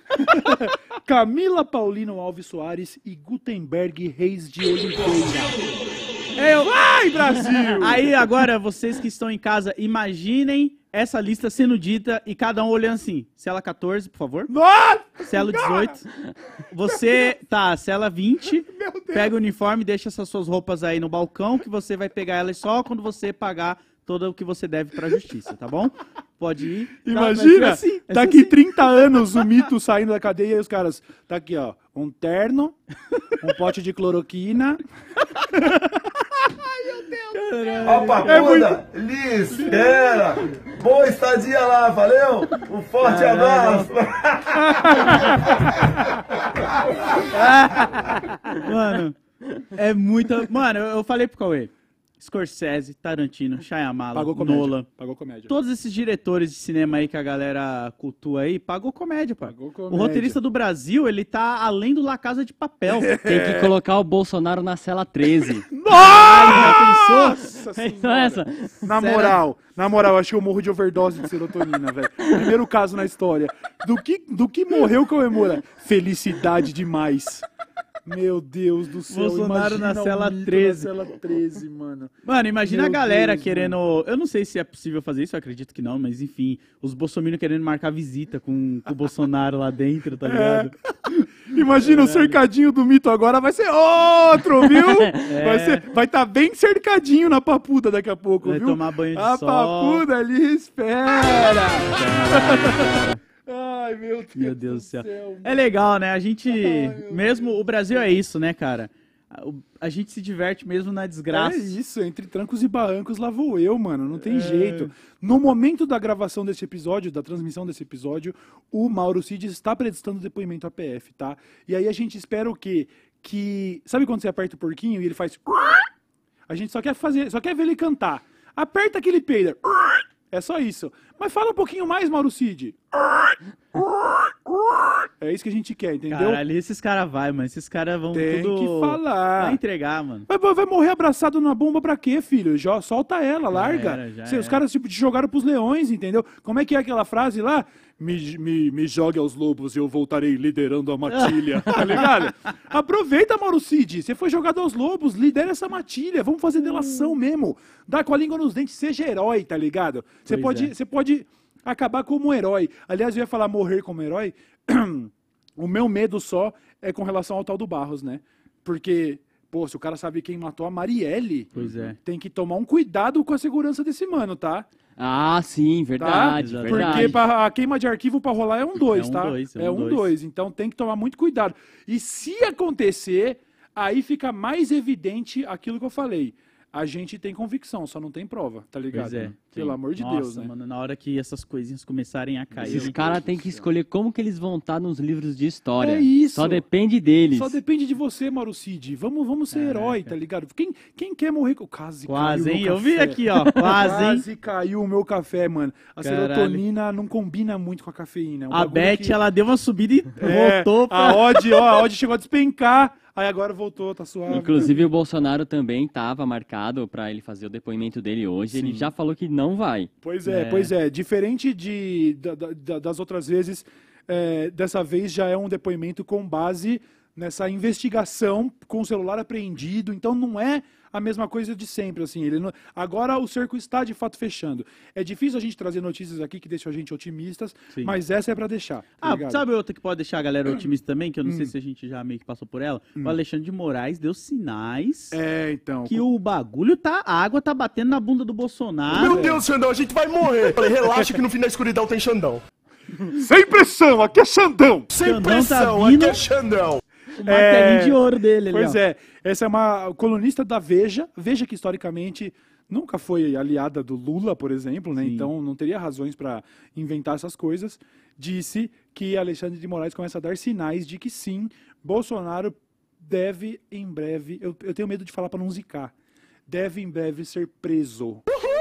Camila Paulino Alves Soares e Gutenberg Reis de Oliveira. Vai, Brasil! Aí agora, vocês que estão em casa, imaginem essa lista sendo dita e cada um olhando assim. Cela 14, por favor. Nossa! Cela 18. Você, cela 20. Pega o uniforme e deixa essas suas roupas aí no balcão, que você vai pegar elas só quando você pagar todo o que você deve pra justiça, tá bom? Pode ir. Imagina, Vai ser assim, vai ser daqui assim. 30 anos o mito saindo da cadeia e os caras, tá aqui ó, um terno, um pote de cloroquina. Ó, Papuda, Liz, Pera, boa estadia lá, valeu? Um forte abraço. Mano, é muita... Mano, eu falei pro Cauê. Scorsese, Tarantino, Shyamala, Pagou comédia. Nolan. Pagou comédia. Todos esses diretores de cinema aí que a galera cultua aí, pagou comédia, pá. Pagou O comédia. roteirista do Brasil, ele tá além do La Casa de Papel. Tem que colocar o Bolsonaro na cela 13. Nossa Pensou essa? Na moral, acho que eu morro de overdose de serotonina, velho. Primeiro caso na história. Do que morreu comemora? Felicidade demais. Meu Deus do céu. Bolsonaro imagina na o cela mito 13. Na cela 13, mano. Mano, imagina Meu a galera Deus, querendo... Eu não sei se é possível fazer isso, eu acredito que não, mas enfim, os bolsominions querendo marcar visita com o Bolsonaro lá dentro, tá ligado? Imagina o cercadinho do mito agora vai ser outro, viu? Vai estar bem cercadinho na papuda daqui a pouco, Vai viu? tomar banho de a sol. papuda ali espera. Ai, Meu Deus do céu. É legal, né? A gente, mesmo, o Brasil é isso, né, cara? A gente se diverte mesmo na desgraça. É isso, entre trancos e barrancos lá vou eu, mano, não tem jeito. No momento da gravação desse episódio, da transmissão desse episódio, o Mauro Cid está prestando depoimento à PF, tá? E aí a gente espera o quê? Que... Sabe quando você aperta o porquinho e ele faz... A gente só quer ver ele cantar. Aperta aquele peido. É só isso. Mas fala um pouquinho mais, Mauro Cid. É isso que a gente quer, entendeu? Caralho, esses caras mano. Esses caras vão Tem tudo... que falar. Vai entregar, mano. Vai morrer abraçado na bomba pra quê, filho? Solta ela, larga. Os caras tipo, te jogaram pros leões, entendeu? Como é que é aquela frase lá? Me jogue aos lobos e eu voltarei liderando a matilha. Tá ligado? Aproveita, Mauro Cid. Você foi jogado aos lobos, lidera essa matilha. Vamos fazer delação mesmo. Dá com a língua nos dentes, seja herói, tá ligado? Você pode acabar como um herói. Aliás, eu ia falar morrer como herói. O meu medo só é com relação ao tal do Barros, né? Porque, pô, se o cara sabe quem matou a Marielle, tem que tomar um cuidado com a segurança desse mano, tá? Ah, sim, verdade, tá? verdade. Porque a queima de arquivo pra rolar é 1-2, tá? É 1-2. Então tem que tomar muito cuidado. E se acontecer, aí fica mais evidente aquilo que eu falei. A gente tem convicção, só não tem prova, tá ligado? Pois é. Pelo amor de Deus, né? Mano, na hora que essas coisinhas começarem a cair... Esses caras têm que escolher como que eles vão estar nos livros de história. É isso. Só depende deles. Só depende de você, Mauro Cid. Vamos ser herói, tá ligado? Quem quer morrer com... Quase caiu hein? meu Eu vi café. aqui, ó. Quase caiu o meu café, mano. A serotonina não combina muito com a cafeína. A Beth, ela deu uma subida e voltou pra... A odd chegou a despencar. Aí agora voltou, tá suave. Inclusive o Bolsonaro também estava marcado para ele fazer o depoimento dele hoje. Sim. Ele já falou que não vai. Pois é. Diferente das outras vezes, dessa vez já é um depoimento com base nessa investigação com o celular apreendido. Então não é a mesma coisa de sempre, assim. Agora o cerco está de fato fechando. É difícil a gente trazer notícias aqui que deixam a gente otimistas, mas essa é pra deixar. Tá sabe outra que pode deixar a galera otimista também, que eu não sei se a gente já meio que passou por ela? O Alexandre de Moraes deu sinais que o bagulho a água tá batendo na bunda do Bolsonaro. Meu Deus, Xandão, a gente vai morrer. Falei, relaxa que no fim da escuridão tem Xandão. Sem pressão, aqui é Xandão! Sem pressão, aqui é Xandão. O martelinho de ouro dele ali, Pois é, essa é uma colunista da Veja. Veja que historicamente nunca foi aliada do Lula, por exemplo, né? Então não teria razões para inventar essas coisas. Disse que Alexandre de Moraes começa a dar sinais de que sim, Bolsonaro deve em breve, eu tenho medo de falar para não zicar, deve em breve ser preso.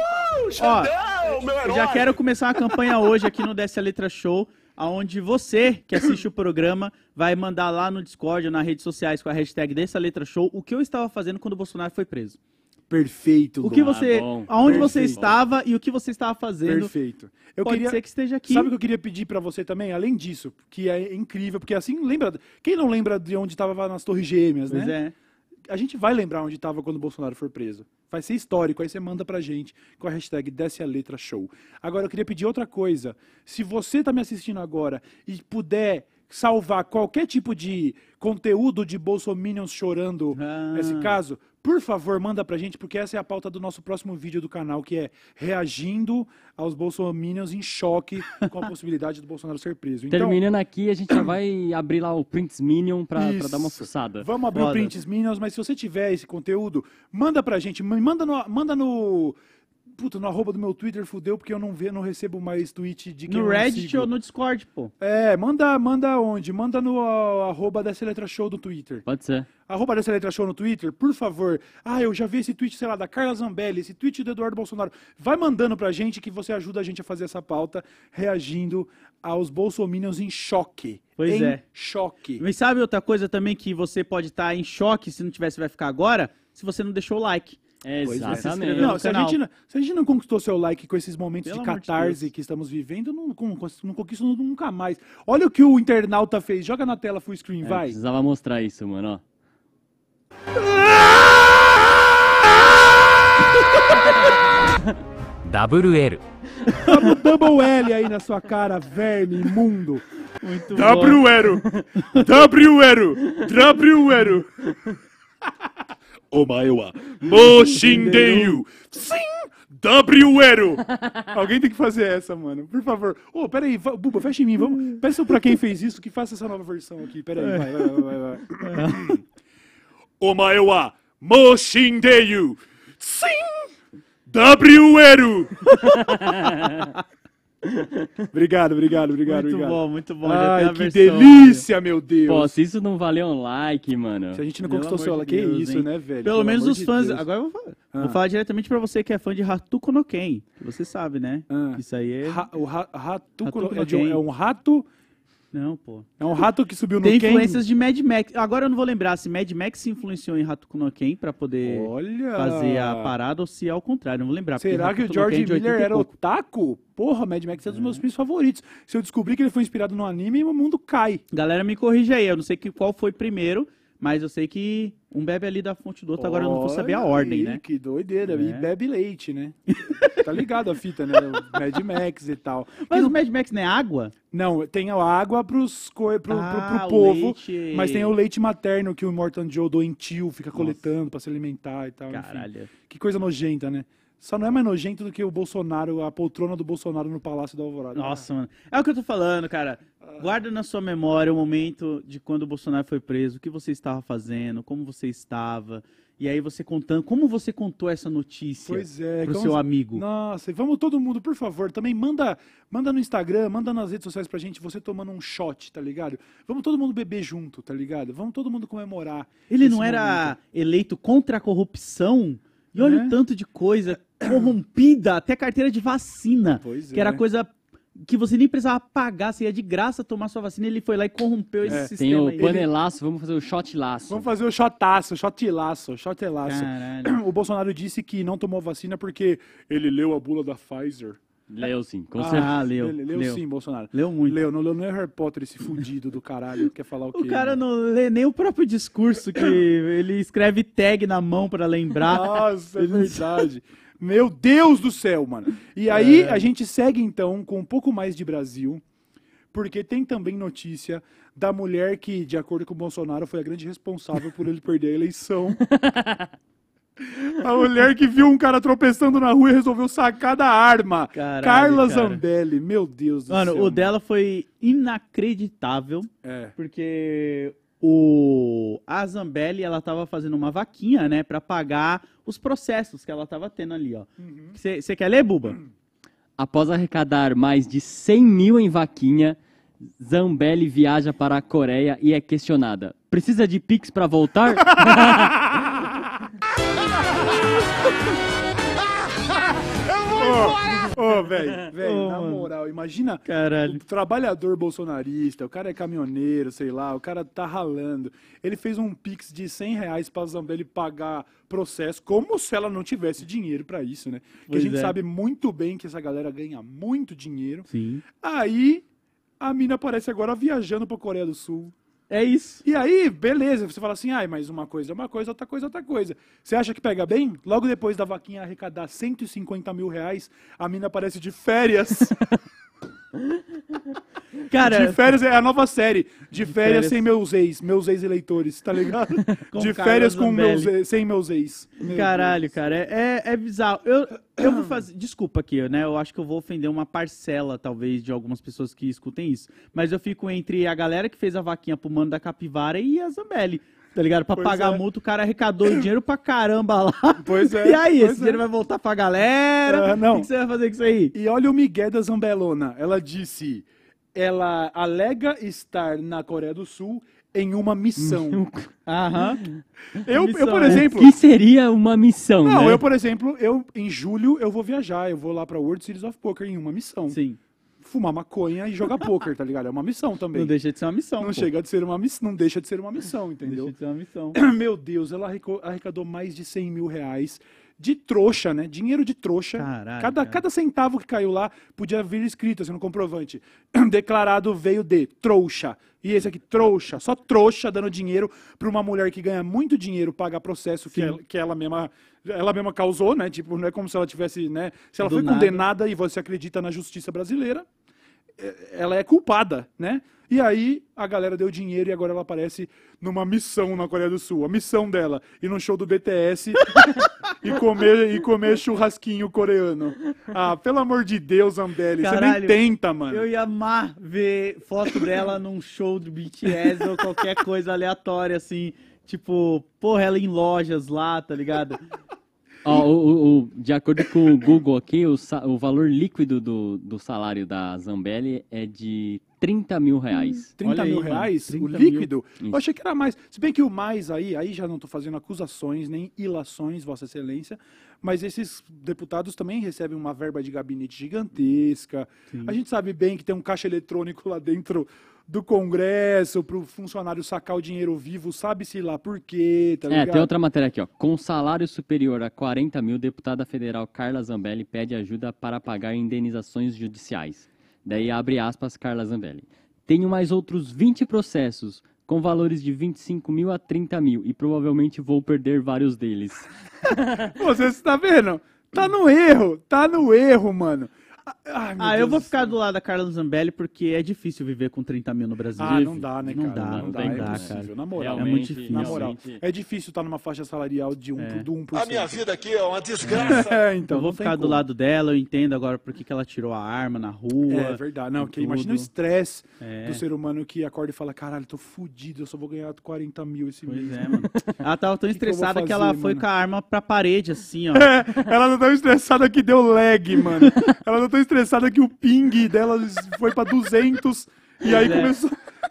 Xandão, meu herói! Já quero começar uma campanha hoje aqui no Desce a Letra Show, onde você que assiste o programa vai mandar lá no Discord ou nas redes sociais com a hashtag Desce a Letra Show o que eu estava fazendo quando o Bolsonaro foi preso. Perfeito. O que você, aonde você Perfeito. estava e o que você estava fazendo. Perfeito. Pode ser que esteja aqui. Sabe o que eu queria pedir pra você também? Além disso, que é incrível, porque assim, quem não lembra de onde estava nas Torres Gêmeas, Pois né? A gente vai lembrar onde estava quando o Bolsonaro for preso. Vai ser histórico, aí você manda pra gente com a hashtag Desce a Letra Show. Agora, eu queria pedir outra coisa. Se você tá me assistindo agora e puder salvar qualquer tipo de conteúdo de bolsominions chorando esse caso, por favor, manda pra gente, porque essa é a pauta do nosso próximo vídeo do canal, que é reagindo aos bolsominions em choque com a possibilidade do Bolsonaro ser preso. Então, Terminando aqui, a gente já vai abrir lá o Prints Minion pra dar uma fuçada. vamos abrir o Prints Minions, mas se você tiver esse conteúdo, manda pra gente, manda no Puta, no arroba do meu Twitter fudeu, porque eu não recebo mais tweet de quem No eu não Reddit sigo. ou no Discord, pô. Manda onde? Manda no arroba dessa letra show do Twitter. Pode ser. Arroba dessa letra show no Twitter, por favor. Eu já vi esse tweet, sei lá, da Carla Zambelli, esse tweet do Eduardo Bolsonaro. Vai mandando pra gente que você ajuda a gente a fazer essa pauta, reagindo aos bolsominions em choque. Pois em é. choque. Mas sabe outra coisa também que você pode estar em choque, se não tivesse, vai ficar agora? Se você não deixou o like. Exatamente. Não, se a gente não conquistou seu like com esses momentos Pelo de amor de catarse Deus. que estamos vivendo, não conquisto nunca mais. Olha o que o internauta fez. Joga na tela full screen, vai. Precisava mostrar isso, mano, ó. Double L. Double L aí na sua cara, verme, imundo. Muito WERO! WERO! Omaewa, Moshindeyu, sim, WERO! Alguém tem que fazer essa, mano, por favor. Peraí, Buba, fecha em mim, vamos. Peça pra quem fez isso que faça essa nova versão aqui, peraí, vai. Omaewa, Moshindeyu, sim, WERO! Obrigado. Muito bom. Ai, já tem a que versão, delícia, meu Deus. Pô, se isso não valer um like, mano. Se a gente não Pelo conquistou seu amor like, de que Deus, isso, hein? né, velho? Pelo menos amor os de fãs. Deus. Agora eu vou falar diretamente pra você que é fã de Hatuko no Ken. Que você sabe, né? Ah. Que isso aí é. Rato Rato é um rato Não, pô. É um rato que subiu no Tem Ken. influências de Mad Max. Agora eu não vou lembrar se Mad Max se influenciou em Hokuto no Ken pra poder Olha! fazer a parada ou se é ao contrário. Não vou lembrar. porque Será que o Hokuto no George Ken é de 80 Miller e era pouco. otaku? Porra, Mad Max é um dos meus filmes favoritos. Se eu descobrir que ele foi inspirado no anime, o mundo cai. Galera, me corrija aí. Eu não sei qual foi primeiro, mas eu sei que um bebe ali da fonte do outro. Agora eu não vou saber a Olha ordem, aí, né? Que doideira. E É. bebe leite, né? Tá ligado a fita, né? O Mad Max e tal. Mas o Mad Max não é água? Não, tem a água pro o povo, leite. mas tem o leite materno que o Immortan Joe doentio fica coletando pra se alimentar e tal. Enfim. Caralho. Que coisa nojenta, né? Só não é mais nojento do que o Bolsonaro, a poltrona do Bolsonaro no Palácio da Alvorada. Nossa, mano. É o que eu tô falando, cara. Guarda na sua memória o momento de quando o Bolsonaro foi preso, o que você estava fazendo, como você estava. E aí você contando, como você contou essa notícia Pois é. pro como- seu amigo. Nossa, e vamos todo mundo, por favor, também manda no Instagram, manda nas redes sociais pra gente, você tomando um shot, tá ligado? Vamos todo mundo beber junto, tá ligado? Vamos todo mundo comemorar. Ele esse não era momento. eleito contra a corrupção? E olha Né? o tanto de coisa corrompida, até carteira de vacina. Pois que era é. coisa que você nem precisava pagar, você ia de graça tomar sua vacina, ele foi lá e corrompeu esse Tem sistema o aí. panelaço, vamos fazer o shot laço. Vamos fazer o shotaço, shotelaço. Caralho. O Bolsonaro disse que não tomou vacina porque ele leu a bula da Pfizer. Leu sim, com certeza. Ah, leu. Ele leu sim, Bolsonaro. Leu muito. Leu, não leu nem Harry Potter, esse fudido do caralho. Quer falar o quê? O cara não lê nem o próprio discurso, que ele escreve tag na mão pra lembrar. Nossa, é verdade. Meu Deus do céu, mano. E aí, a gente segue então com um pouco mais de Brasil, porque tem também notícia da mulher que, de acordo com o Bolsonaro, foi a grande responsável por ele perder a eleição. A mulher que viu um cara tropeçando na rua e resolveu sacar da arma. Caralho, Carla cara. Zambelli, meu Deus do Mano, céu. o dela foi inacreditável, É. porque a Zambelli, ela tava fazendo uma vaquinha, né, pra pagar os processos que ela tava tendo ali, ó. Você quer ler, Buba? Após arrecadar mais de 100 mil em vaquinha, Zambelli viaja para a Coreia e é questionada. Precisa de Pix pra voltar? Ô, velho, Ô, na mano. moral, imagina Caralho. o trabalhador bolsonarista, o cara é caminhoneiro, sei lá, o cara tá ralando. Ele fez um pix de R$100 pra Zambelli pagar processo, como se ela não tivesse dinheiro pra isso, né? Porque Pois a gente é. sabe muito bem que essa galera ganha muito dinheiro. Sim. Aí, a mina aparece agora viajando pra Coreia do Sul. É isso. E aí, beleza, você fala assim, ai, mas uma coisa é uma coisa, outra coisa é outra coisa. Você acha que pega bem? Logo depois da vaquinha arrecadar R$150 mil, a mina aparece de férias. Cara, De férias é a nova série. De férias férias. sem meus ex-eleitores, tá ligado? Com De Carla férias com Zambelli. sem meus ex. Meu caralho, Deus. cara, é bizarro. Eu vou fazer. Desculpa aqui, né? Eu acho que eu vou ofender uma parcela, talvez, de algumas pessoas que escutem isso. Mas eu fico entre a galera que fez a vaquinha pro Mano da Capivara e a Zambelli. Tá ligado? Pra Pois pagar é. a multa, o cara arrecadou dinheiro pra caramba lá. Pois é, E aí, pois esse dinheiro é. vai voltar pra galera? Não. O que você vai fazer com isso aí? E olha o migué da Zambelona. Ela disse, ela alega estar na Coreia do Sul em uma missão. Aham. Eu, Missão, por é. exemplo... Que seria uma missão, Não, né? eu, por exemplo, em julho eu vou viajar, eu vou lá pra World Series of Poker em uma missão. Sim. Fumar maconha e jogar poker, tá ligado? É uma missão também. Não deixa de ser uma missão. Não pô. chega de ser uma missão, não deixa de ser uma missão, Não entendeu? deixa de ser uma missão. Meu Deus, ela arrecadou mais de R$100 mil de trouxa, né? Dinheiro de trouxa. Caralho, cada, cara. cada centavo que caiu lá podia vir escrito assim no comprovante. Declarado veio de trouxa. E esse aqui, trouxa. Só trouxa dando dinheiro pra uma mulher que ganha muito dinheiro pagar processo que ela mesma causou, né? Tipo, não é como se ela tivesse, né? Se ela Do foi nada. condenada e você acredita na justiça brasileira, ela é culpada, né? E aí a galera deu dinheiro e agora ela aparece numa missão na Coreia do Sul. A missão dela, ir num show do BTS e comer churrasquinho coreano. Ah, pelo amor de Deus, Zambelli, você nem Caralho, tenta, mano. Eu ia amar ver foto dela num show do BTS ou qualquer coisa aleatória, assim. Tipo, porra, ela em lojas lá, tá ligado? Ó, de acordo com o Google aqui, o valor líquido do salário da Zambelli é de R$30 mil. 30 Olha aí, mil mano, reais, 30 o mil. líquido. Eu Isso. achei que era mais. Se bem que o mais aí já não estou fazendo acusações nem ilações, Vossa Excelência, mas esses deputados também recebem uma verba de gabinete gigantesca. Sim. A gente sabe bem que tem um caixa eletrônico lá dentro do Congresso pro funcionário sacar o dinheiro vivo, sabe-se lá por quê, tá ligado? Tem outra matéria aqui, ó. Com salário superior a 40 mil, deputada federal Carla Zambelli pede ajuda para pagar indenizações judiciais. Daí abre aspas, Carla Zambelli. Tenho mais outros 20 processos com valores de 25 mil a 30 mil e provavelmente vou perder vários deles. Você está vendo? Tá no erro, mano. Ai, meu Eu Deus vou do ficar céu. do lado da Carla Zambelli porque é difícil viver com 30 mil no Brasil. Não dá, né, Não cara? dá, Não dá, tem é como, impossível. cara. Na moral, É muito difícil. na moral. realmente. É difícil estar numa faixa salarial de 1%. A minha vida aqui é uma desgraça. Então, Eu vou não tem ficar do como. lado dela, eu entendo agora por que ela tirou a arma na rua. É verdade. Não, que imagina o tudo. estresse É. do ser humano que acorda e fala, caralho, tô fudido, eu só vou ganhar 40 mil esse mês. Pois é, mano. Ela tava tão que eu vou estressada que, fazer, ela foi mano? com a arma pra parede, assim, ó. Ela não tá estressada que deu lag, mano. Ela não tá estressada que o ping dela foi pra 200 e aí Pois é. começou...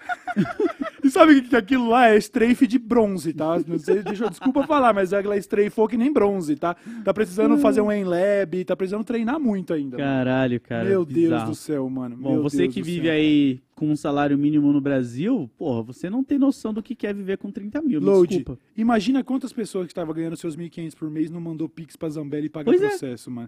E sabe que aquilo lá é strafe de bronze, tá? Não sei, desculpa falar, mas ela strafou que nem bronze, tá? Tá precisando fazer um Enlab, tá precisando treinar muito ainda. mano. Caralho, cara. Meu Deus bizarro. do céu, mano. Bom, Meu você Deus que do vive céu. aí com um salário mínimo no Brasil, porra, você não tem noção do que é viver com 30 mil, me Load, desculpa. imagina quantas pessoas que estavam ganhando seus 1.500 por mês não mandou pix pra Zambelli pagar Pois é. processo, mano.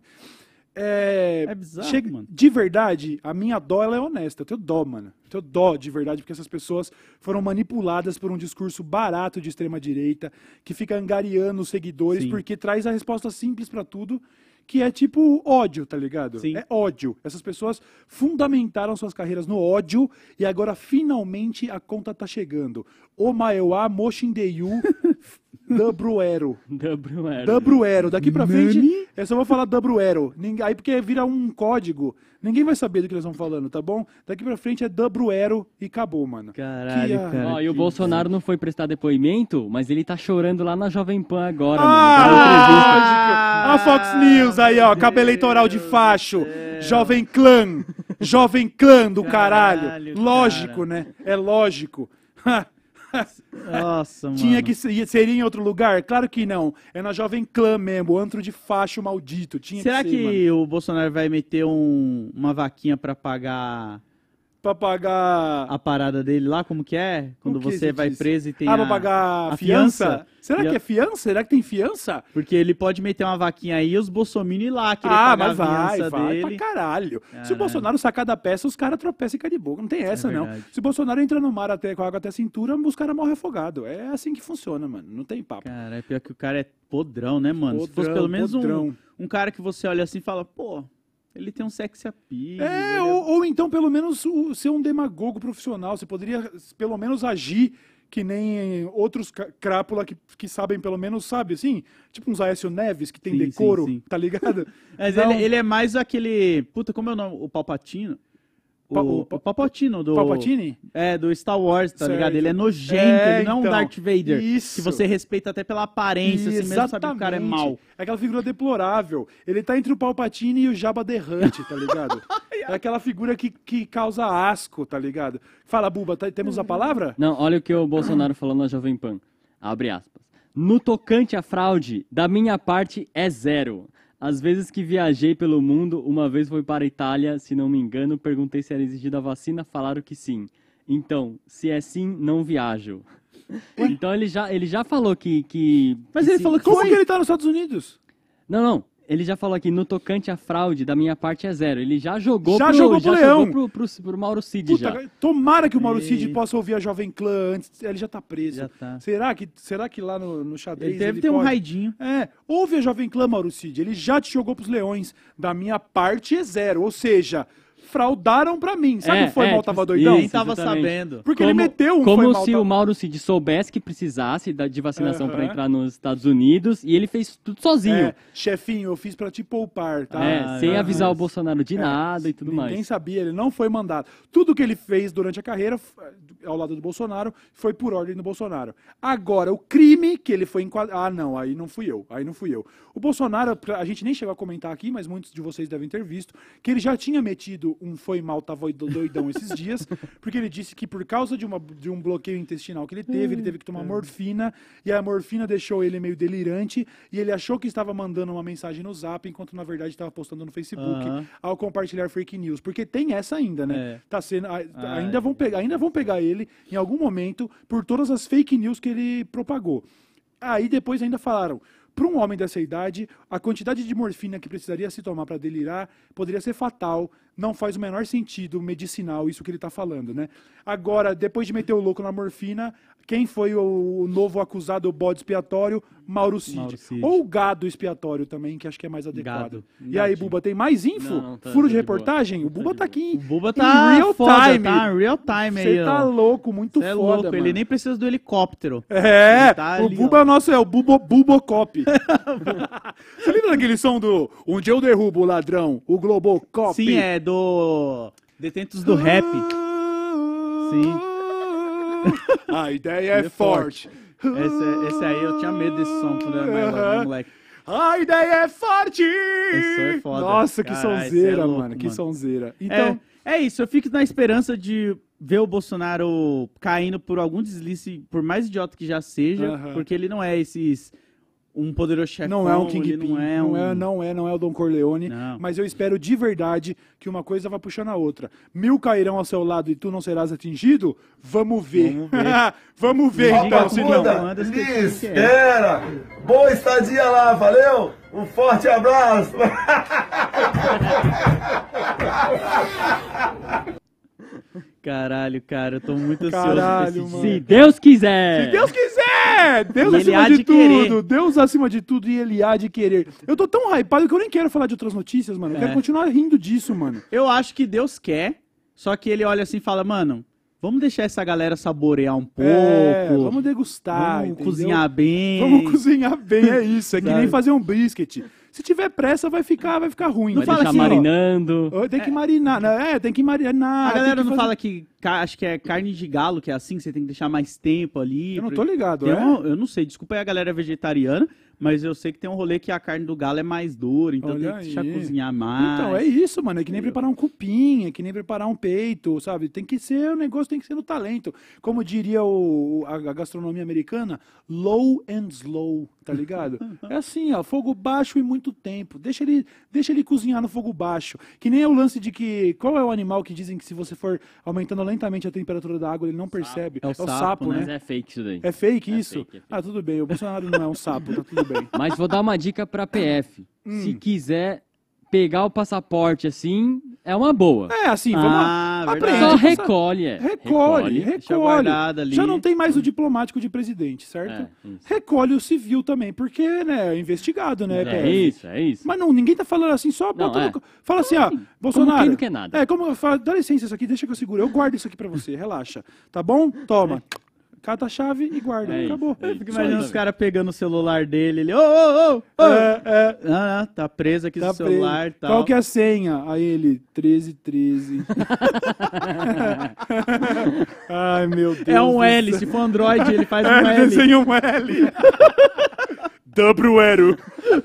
É bizarro, mano. De verdade, a minha dó ela é honesta. Eu tenho dó, mano. Eu tenho dó de verdade, porque essas pessoas foram manipuladas por um discurso barato de extrema-direita, que fica angariando os seguidores, Sim. porque traz a resposta simples pra tudo, que é tipo ódio, tá ligado? Sim. É ódio. Essas pessoas fundamentaram suas carreiras no ódio e agora finalmente a conta tá chegando. O Maewa Moshindeyu Dabruero. Dabruero. Daqui pra frente, eu só vou falar Dabruero. Aí porque vira um código. Ninguém vai saber do que eles estão falando, tá bom? Daqui pra frente é Dabruero e acabou, mano. Caralho, Que- cara. Ó, e o que- Bolsonaro não foi prestar depoimento, mas ele tá chorando lá na Jovem Pan agora, Ah, lógico. A Fox News aí, ó. Cabo eleitoral de facho. Jovem clã do caralho. Caralho, Lógico, cara. né? É lógico. Nossa, mano. Tinha que seria em outro lugar? Claro que não. É na Jovem Clã mesmo, antro de facho maldito. Tinha Será que ser, que mano. o Bolsonaro vai meter uma vaquinha pra pagar Pra pagar... a parada dele lá? Como que é? Quando O que você vai diz? preso e tem pra pagar a fiança? Será E que a- é fiança? Será que tem fiança? Porque ele pode meter uma vaquinha aí e os bolsominions ir lá querer pagar Mas a vai fiança pra dele. caralho. Se o Caralho. Bolsonaro sacar da peça, os caras tropeçam e caem de boca. Não tem essa, não. verdade. Se o Bolsonaro entra no mar até, com a água até a cintura, os caras morrem afogados. É assim que funciona, mano. Não tem papo. Cara, é pior que o cara é podrão, né, mano? Se fosse Podrão, pelo menos podrão. um cara que você olha assim e fala, pô, ele tem um sex appeal. É, ele ou então, pelo menos, ser um demagogo profissional. Você poderia, pelo menos, agir que nem outros crápula que sabem, pelo menos, sabe, assim? Tipo uns Aécio Neves, que tem Sim, decoro, sim, sim. tá ligado? Mas Não. ele é mais aquele... Puta, como é o nome? O Palpatino? O Palpatino do... Palpatine? É, do Star Wars, tá Certo. ligado? Ele é nojento, É, ele não é um então, Darth Vader. isso. Que você respeita até pela aparência, assim, mesmo sabe que o cara é Exatamente. mau. É aquela figura deplorável. Ele tá entre o Palpatine e o Jabba the Hutt, tá ligado? É aquela figura que causa asco, tá ligado? Fala, Buba, temos a palavra? Não, olha o que o Bolsonaro falou na Jovem Pan. Abre aspas. No tocante à fraude, da minha parte é zero. Às vezes que viajei pelo mundo, uma vez fui para a Itália, se não me engano, perguntei se era exigida a vacina, falaram que sim. Então, se é sim, não viajo. Então ele já falou que Mas ele se- falou que Como foi. que ele tá nos Estados Unidos? Não. Ele já falou aqui, no tocante à fraude, da minha parte é zero. Ele já jogou Já jogou pro Leão. pro Mauro Cid Puta, já. tomara que o Mauro Cid Eita. possa ouvir a Jovem Clã antes. Ele já tá preso. Já tá. Será que lá no xadrez Ele deve ter um pode? raidinho. É, ouve a Jovem Clã, Mauro Cid. Ele já te jogou pros leões. Da minha parte é zero. Ou seja, fraudaram pra mim. Sabe o Foi Mal Tava Doidão? Ninguém tava exatamente. sabendo. Porque ele meteu um Como Foi Mal se Tava- o Mauro Cid soubesse que precisasse de vacinação para Aham. entrar nos Estados Unidos e ele fez tudo sozinho. É, chefinho, eu fiz pra te poupar, tá? Sem Ah, avisar mas- o Bolsonaro de nada e tudo Ninguém mais. sabia, ele não foi mandado. Tudo que ele fez durante a carreira, ao lado do Bolsonaro, foi por ordem do Bolsonaro. Agora, o crime que ele foi enquadrado... Ah, não, aí não fui eu. O Bolsonaro, a gente nem chegou a comentar aqui, mas muitos de vocês devem ter visto, que ele já tinha metido dando um foi mal, tava doidão esses dias, porque ele disse que por causa de um bloqueio intestinal que ele teve que tomar morfina, e a morfina deixou ele meio delirante, e ele achou que estava mandando uma mensagem no Zap, enquanto na verdade estava postando no Facebook, ao compartilhar fake news. Porque tem essa ainda, né? Tá sendo, ainda vão pegar ele em algum momento por todas as fake news que ele propagou. Aí depois ainda falaram, para um homem dessa idade, a quantidade de morfina que precisaria se tomar para delirar poderia ser fatal, não faz o menor sentido medicinal isso que ele está falando, né? Agora, depois de meter o louco na morfina, quem foi o novo acusado, o bode expiatório? Mauro Cid. Ou o gado expiatório também, que acho que é mais adequado. E aí, Buba, tem mais info? Não, Furo de reportagem? O Buba tá aqui. O Buba tá em real foda, time. tá em real time aí, Você tá louco, muito Cê é foda, louco, mano. ele nem precisa do helicóptero. É, Ele tá o ali, Buba ó. nosso é o Bubocop. Você lembra daquele som do Onde eu derrubo o ladrão, o Globocop? Sim, é do Detentos do Rap. Sim. A ideia é forte. Esse aí eu tinha medo desse som quando eu era mais moleque. A ideia é forte! Esse som é foda. Nossa, que Caralho, sonzeira, cê é louco, mano. Que mano. sonzeira. Então, É isso, eu fico na esperança de ver o Bolsonaro caindo por algum deslize, por mais idiota que já seja, porque ele não é um poderoso chefão. não é um ele Kingpin, não é o Don Corleone, Não. mas eu espero de verdade que uma coisa vá puxando a outra. 1000 cairão ao seu lado e tu não serás atingido? Vamos ver. Vamos ver, Diga então, tudo, Sidão. manda as questões que é. Espera! Boa estadia lá, valeu? Um forte abraço! Caralho, cara, eu tô muito ansioso Caralho, pra esse mano. dia. Se Deus quiser! Se Deus quiser! Deus E ele acima há de de querer. tudo! Deus acima de tudo e ele há de querer. Eu tô tão hypado que eu nem quero falar de outras notícias, mano. Eu quero continuar rindo disso, mano. Eu acho que Deus quer, só que ele olha assim e fala, mano, vamos deixar essa galera saborear um pouco. Vamos degustar, vamos entendeu? cozinhar bem. Vamos cozinhar bem, é isso. É que Sabe? nem fazer um brisket. Se tiver pressa, vai ficar ruim. Vai fala deixar assim, ó. marinando. Tem que marinar. Tem que marinar. A tem galera que não fazer- fala que acho que é carne de galo, que é assim, que você tem que deixar mais tempo ali. Eu não tô ligado, Eu não sei, desculpa aí a galera vegetariana, mas eu sei que tem um rolê que a carne do galo é mais dura, então Olha tem que deixar aí. cozinhar mais. Então, é isso, mano. É que nem preparar um cupim, é que nem preparar um peito, sabe? Tem que ser, o negócio tem que ser no talento. Como diria a gastronomia americana, low and slow, tá ligado? É assim, ó, fogo baixo e muito tempo. Deixa ele cozinhar no fogo baixo. Que nem é o lance de que, qual é o animal que dizem que se você for aumentando lentamente a temperatura da água, ele não percebe? É o sapo, Mas né? é fake isso daí. É fake É isso? fake, é fake. Ah, tudo bem. O Bolsonaro não é um sapo, tá tudo bem. Mas vou dar uma dica pra PF. Se quiser pegar o passaporte assim, é uma boa. É, assim, vamos lá. verdade. Aprende. Só passa- recolhe, Recolhe. Deixa guardado ali. Já não tem mais o diplomático de presidente, certo? isso. Recolhe o civil também, porque, né, é investigado, né? É PF? isso. Mas não, ninguém tá falando assim, só Não, bota é. no... Fala assim, ó, Bolsonaro... quem não quer nada. É, como eu falo, dá licença isso aqui, deixa que eu seguro. Eu guardo isso aqui pra você, relaxa. Tá bom? Toma. Cata a chave e guarda. É Acabou. isso, é isso. Fica Só imaginando isso. os caras pegando o celular dele, ele, ô. Tá preso aqui Tá no celular e preso. tal. Qual que é a senha? Aí ele, 1313. Ai, meu Deus. É um do L, céu. se for Android, ele faz um É, L. desenha um L. Dabruero.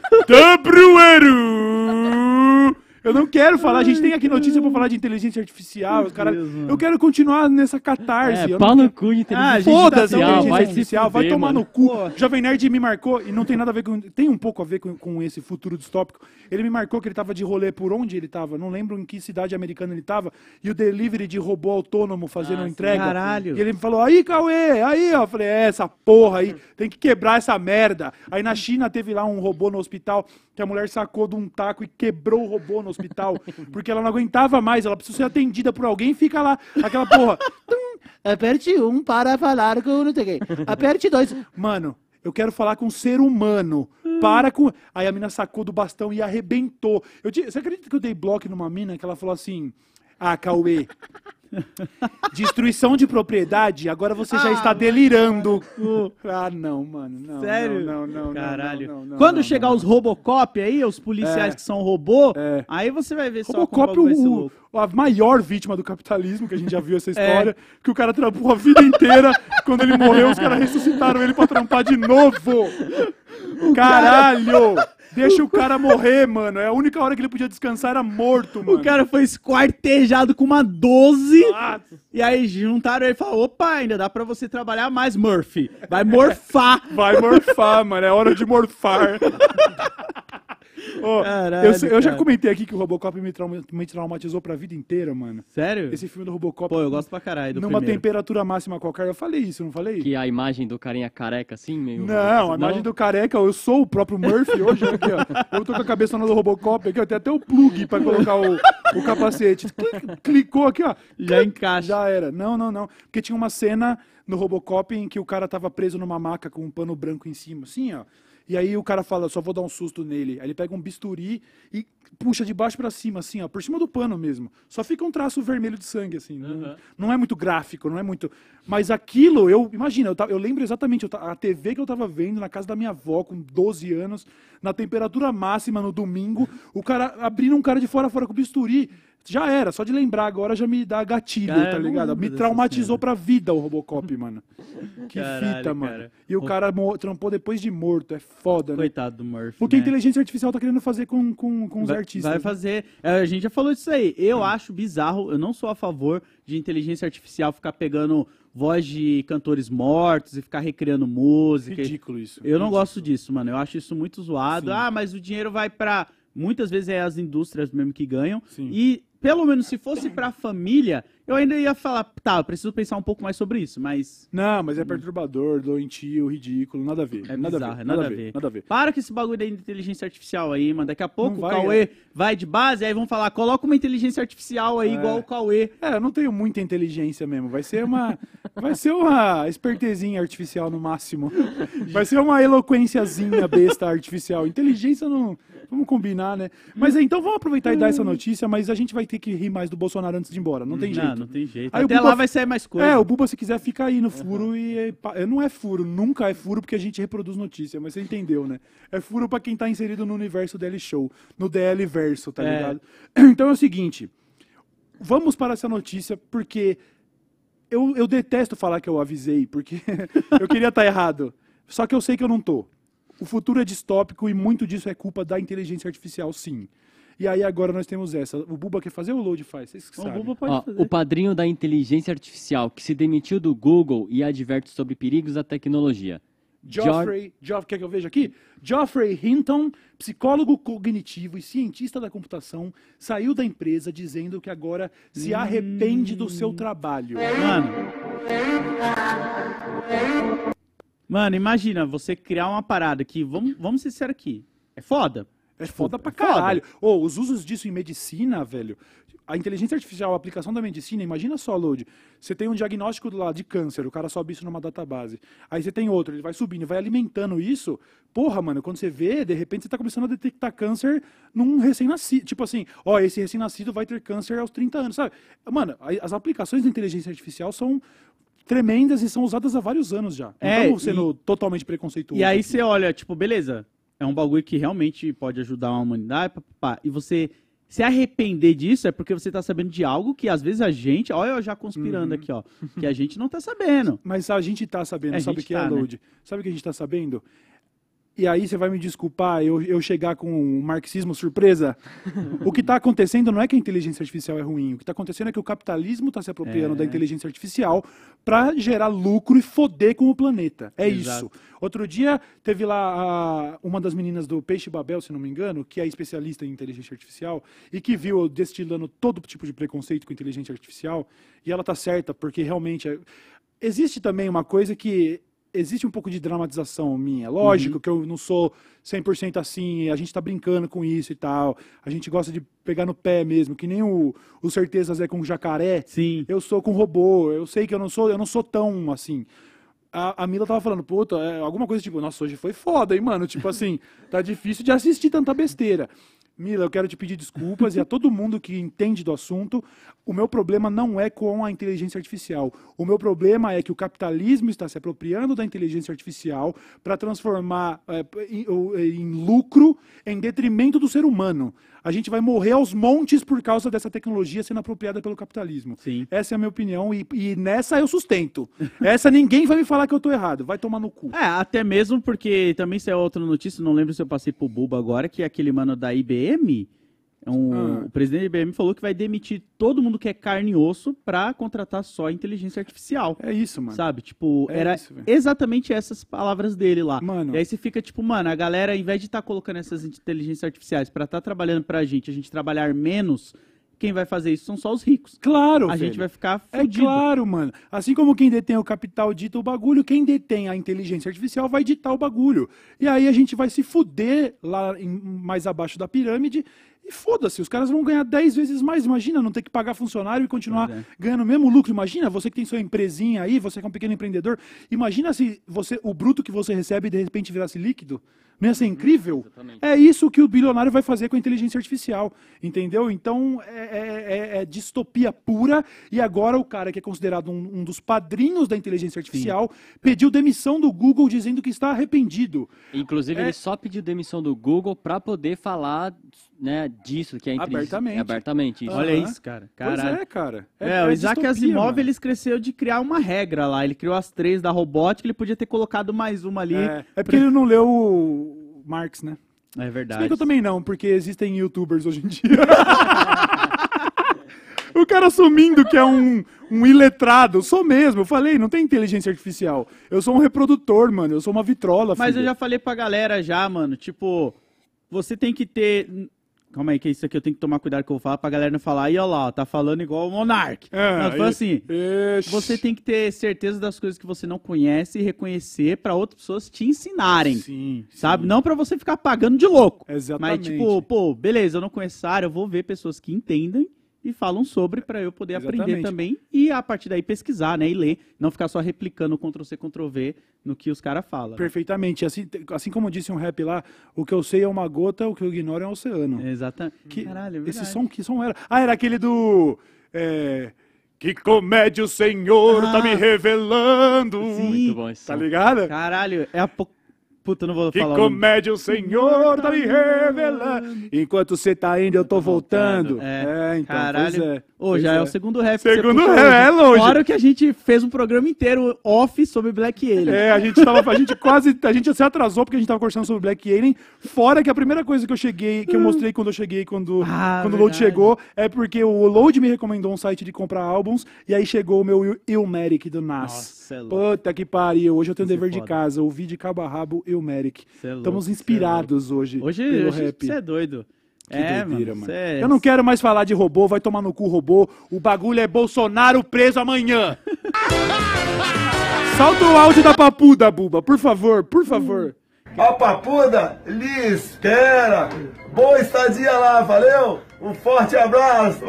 Dabruero. Eu não quero falar, a gente tem aqui notícia pra falar de inteligência artificial, os caras. Deus, mano. Eu quero continuar nessa catarse. eu Pau não no quero... cu de Ah, a inteligência gente Foda-se a tá tão inteligência vai se artificial, vai fuder, tomar mano. no cu. Pô. Jovem Nerd me marcou, e não tem nada a ver com. Tem um pouco a ver com esse futuro distópico. Ele me marcou que ele tava de rolê por onde ele tava, não lembro em que cidade americana ele tava, e o delivery de robô autônomo fazendo sim. entrega. Caralho. E ele me falou, aí, Cauê, aí, ó. Eu falei, essa porra aí, tem que quebrar essa merda. Aí na China teve lá um robô no hospital, que a mulher sacou de um taco e quebrou o robô no hospital, porque ela não aguentava mais, ela precisa ser atendida por alguém, fica lá, aquela porra. Aperte 1 para falar com não sei quem. Aperte 2. Mano, eu quero falar com um ser humano. Para com. Aí a mina sacou do bastão e arrebentou. Você acredita que eu dei bloco numa mina que ela falou assim: Ah, Cauê. Destruição de propriedade, agora você já está delirando. Ah, não, mano. Não, Sério? Não. Caralho. não, Quando não, chegar não. os Robocop aí, os policiais que são robô, É. aí você vai ver só Robocop, como vai ser louco. a maior vítima do capitalismo, que a gente já viu essa história, que o cara trampou a vida inteira, quando ele morreu, os caras ressuscitaram ele pra trampar de novo. Caralho! Deixa o cara morrer, mano. É a única hora que ele podia descansar era morto, mano. O cara foi esquartejado com uma 12. Ah, E aí juntaram ele e falaram, opa, ainda dá pra você trabalhar mais, Murphy. Vai morfar. vai morfar, mano. É hora de morfar. Ô, Caralho, eu já cara. comentei aqui que o Robocop me traumatizou pra vida inteira, mano. Sério? Esse filme do Robocop. Pô, eu gosto pra caralho do Numa primeiro. temperatura máxima qualquer. Eu falei isso, não falei? Que a imagem do carinha careca, assim, meio... Não, a imagem do careca, eu sou o próprio Murphy hoje, aqui, ó. Eu tô com a cabeça do Robocop aqui, ó. Tem até o plug pra colocar o capacete. Clicou aqui, ó. Já encaixa. Já era. Não. Porque tinha uma cena no Robocop em que o cara tava preso numa maca com um pano branco em cima, assim, ó. E aí o cara fala, só vou dar um susto nele. Aí ele pega um bisturi e puxa de baixo pra cima, assim, ó, por cima do pano mesmo. Só fica um traço vermelho de sangue, assim. Não é muito gráfico, não é muito... Mas aquilo, imagina, eu lembro exatamente, a TV que eu tava vendo na casa da minha avó, com 12 anos, na temperatura máxima no domingo, o cara abrindo um cara de fora a fora com bisturi. Já era, só de lembrar agora já me dá gatilho, Cara, tá eu não ligado? lembro Me dessa traumatizou cena. pra vida o Robocop, mano. Que Caralho, fita, mano. cara. E o cara trampou depois de morto, é foda, né? Coitado do Murphy, O que a né? inteligência artificial tá querendo fazer com os artistas. Vai fazer. A gente já falou disso aí. Eu acho bizarro, eu não sou a favor de inteligência artificial ficar pegando voz de cantores mortos e ficar recriando música. Ridículo isso. Eu não gosto disso, mano. Eu acho isso muito zoado. Sim. Ah, mas o dinheiro vai pra... Muitas vezes é as indústrias mesmo que ganham. Sim. E, pelo menos, se fosse pra família, eu ainda ia falar, tá, eu preciso pensar um pouco mais sobre isso, mas... Não, mas é perturbador, doentio, ridículo, nada a ver. É nada bizarro, a ver, é nada a ver. Nada a ver. Para com esse bagulho da inteligência artificial aí, mano. Daqui a pouco Não o vai, Cauê vai de base, aí vão falar, coloca uma inteligência artificial aí igual o Cauê. É, eu não tenho muita inteligência mesmo. Vai ser uma espertezinha artificial no máximo. Vai ser uma eloquenciazinha besta artificial. Inteligência não... Vamos combinar, né? Mas então vamos aproveitar e dar essa notícia, mas a gente vai ter que rir mais do Bolsonaro antes de ir embora. Não tem jeito. Não tem jeito. Aí o Até Buba- lá vai sair mais coisa. É, o Buba, se quiser, fica aí no furo e... Não é furo, nunca é furo porque a gente reproduz notícia, mas você entendeu, né? É furo pra quem tá inserido no universo DL Show, no DL Verso, tá É. ligado? Então é o seguinte, vamos para essa notícia porque eu detesto falar que eu avisei, porque eu queria estar errado, só que eu sei que eu não tô. O futuro é distópico e muito disso é culpa da inteligência artificial, sim. E aí agora nós temos essa. O Buba quer fazer ou o Load faz? Vocês que O sabem. Buba pode Ó, fazer. o padrinho da inteligência artificial que se demitiu do Google e adverte sobre perigos da tecnologia. Quer que eu veja aqui? Geoffrey Hinton, psicólogo cognitivo e cientista da computação, saiu da empresa dizendo que agora se arrepende do seu trabalho. Mano, imagina você criar uma parada que, vamos ser sinceros aqui, é foda. É foda pra caralho. Ô, os usos disso em medicina, velho. A inteligência artificial, a aplicação da medicina, imagina só, Load. Você tem um diagnóstico do lado de câncer, o cara sobe isso numa database. Aí você tem outro, ele vai subindo, vai alimentando isso. Porra, mano, quando você vê, de repente você tá começando a detectar câncer num recém-nascido. Tipo assim, ó, esse recém-nascido vai ter câncer aos 30 anos, sabe? Mano, as aplicações da inteligência artificial são tremendas e são usadas há vários anos já. Não É, estamos sendo totalmente preconceituosos. E aí aqui. você olha, tipo, beleza, é um bagulho que realmente pode ajudar a humanidade, e você se arrepender disso é porque você tá sabendo de algo que às vezes a gente, olha eu já conspirando aqui, ó, que a gente não tá sabendo. Mas a gente tá sabendo, A sabe o gente que tá, é, Load? Sabe o que a gente tá sabendo? E aí você vai me desculpar eu chegar com um marxismo surpresa? O que tá acontecendo não é que a inteligência artificial é ruim. O que tá acontecendo é que o capitalismo tá se apropriando da inteligência artificial pra gerar lucro e foder com o planeta. É Exato. isso. Outro dia teve lá uma das meninas do Peixe Babel, se não me engano, que é especialista em inteligência artificial e que viu eu destilando todo tipo de preconceito com inteligência artificial. E ela tá certa, porque realmente... Existe também uma coisa que... Existe um pouco de dramatização minha. Lógico que eu não sou 100% assim, a gente tá brincando com isso e tal. A gente gosta de pegar no pé mesmo, que nem o Certezas é com jacaré. Sim. Eu sou com robô, eu sei que eu não sou tão assim. A Mila tava falando, puta, alguma coisa tipo, nossa, hoje foi foda, hein, mano? Tipo assim, tá difícil de assistir tanta besteira. Mila, eu quero te pedir desculpas e a todo mundo que entende do assunto, o meu problema não é com a inteligência artificial. O meu problema é que o capitalismo está se apropriando da inteligência artificial para transformar em lucro em detrimento do ser humano. a gente vai morrer aos montes por causa dessa tecnologia sendo apropriada pelo capitalismo. Sim. Essa é a minha opinião e nessa eu sustento. Essa ninguém vai me falar que eu tô errado. Vai tomar no cu. Até mesmo porque também isso é outra notícia, não lembro se eu passei pro Buba agora, que é aquele mano da IBM, o presidente da IBM falou que vai demitir todo mundo que é carne e osso pra contratar só inteligência artificial. É isso, mano. Sabe? Tipo, É era isso, velho. exatamente essas palavras dele lá. Mano. E aí você fica tipo, mano, a galera, ao invés de estar colocando essas inteligências artificiais pra estar trabalhando pra gente, a gente trabalhar menos, quem vai fazer isso são só os ricos. Claro, A velho. gente vai ficar É fudido. claro, mano. Assim como quem detém o capital dita o bagulho, quem detém a inteligência artificial vai ditar o bagulho. E aí a gente vai se fuder lá mais abaixo da pirâmide e foda-se, os caras vão ganhar 10 vezes mais. Imagina não ter que pagar funcionário e continuar Pois é. ganhando o mesmo lucro. Imagina você que tem sua empresinha aí, você que é um pequeno empreendedor. Imagina se o bruto que você recebe de repente virasse líquido. Não ia ser incrível? Exatamente. É isso que o bilionário vai fazer com a inteligência artificial, entendeu? Então é distopia pura. E agora o cara que é considerado um dos padrinhos da inteligência artificial pediu demissão do Google dizendo que está arrependido. Inclusive, ele só pediu demissão do Google pra poder falar, né, disso, que é Abertamente. abertamente isso. Olha Aham. isso, cara. Pois Caralho. é, cara. O Isaac distopia, Asimov, mano. ele cresceu de criar uma regra lá. Ele criou as 3 da robótica, ele podia ter colocado mais uma ali. É porque ele não leu o Marx, né? É Se verdade. bem que eu também não, porque existem youtubers hoje em dia. O cara assumindo que é um iletrado. Sou mesmo, eu falei, não tem inteligência artificial. Eu sou um reprodutor, mano. Eu sou uma vitrola, Mas filho. eu já falei pra galera já, mano, tipo, você tem que ter... Calma aí, que isso aqui eu tenho que tomar cuidado que eu vou falar pra galera não falar, aí ó lá, ó, tá falando igual o Monark. Não, foi assim, você tem que ter certeza das coisas que você não conhece e reconhecer pra outras pessoas te ensinarem, Sim, sabe? sim. Não pra você ficar pagando de louco. Exatamente. Mas tipo, pô, beleza, eu não conheço essa área, eu vou ver pessoas que entendem e falam sobre pra eu poder aprender Exatamente. também e a partir daí pesquisar, né, e ler, não ficar só replicando Ctrl-C, Ctrl-V no que os caras falam. Né? Perfeitamente. Assim como disse um rap lá, o que eu sei é uma gota, o que eu ignoro é um oceano. Exatamente. Que, Caralho, é esse verdade. que som era? Ah, era aquele do... que comédia o senhor tá me revelando. Sim. Muito bom esse Tá som. ligado? Caralho, é a Puta, eu não vou Que falar o nome. comédia o senhor tá me revelando. Enquanto você tá indo, eu tô voltando. Então, Caralho. pois é. Ô, Pois já é é. o segundo rap que você Segundo puxou rap, hoje. é longe. Fora que a gente fez um programa inteiro off sobre Black Alien. A gente se atrasou porque a gente tava conversando sobre Black Alien, fora que a primeira coisa que eu mostrei quando eu cheguei, quando o Load verdade. chegou, é porque o Load me recomendou um site de comprar álbuns, e aí chegou o meu Illmatic do Nas. Nossa, é louco. Puta que pariu, hoje eu tenho Isso é dever de foda. casa, ouvi de cabo a rabo Illmatic. Cê é louco, Estamos cê é inspirados hoje Hoje pelo você rap. é doido. Que doideira, mano. mano. cê é- Eu não quero mais falar de robô, vai tomar no cu robô. O bagulho é Bolsonaro preso amanhã. Solta o áudio da papuda, Buba, por favor, por favor. Ó, Papuda, lhe espera. Boa estadia lá, valeu? Um forte abraço.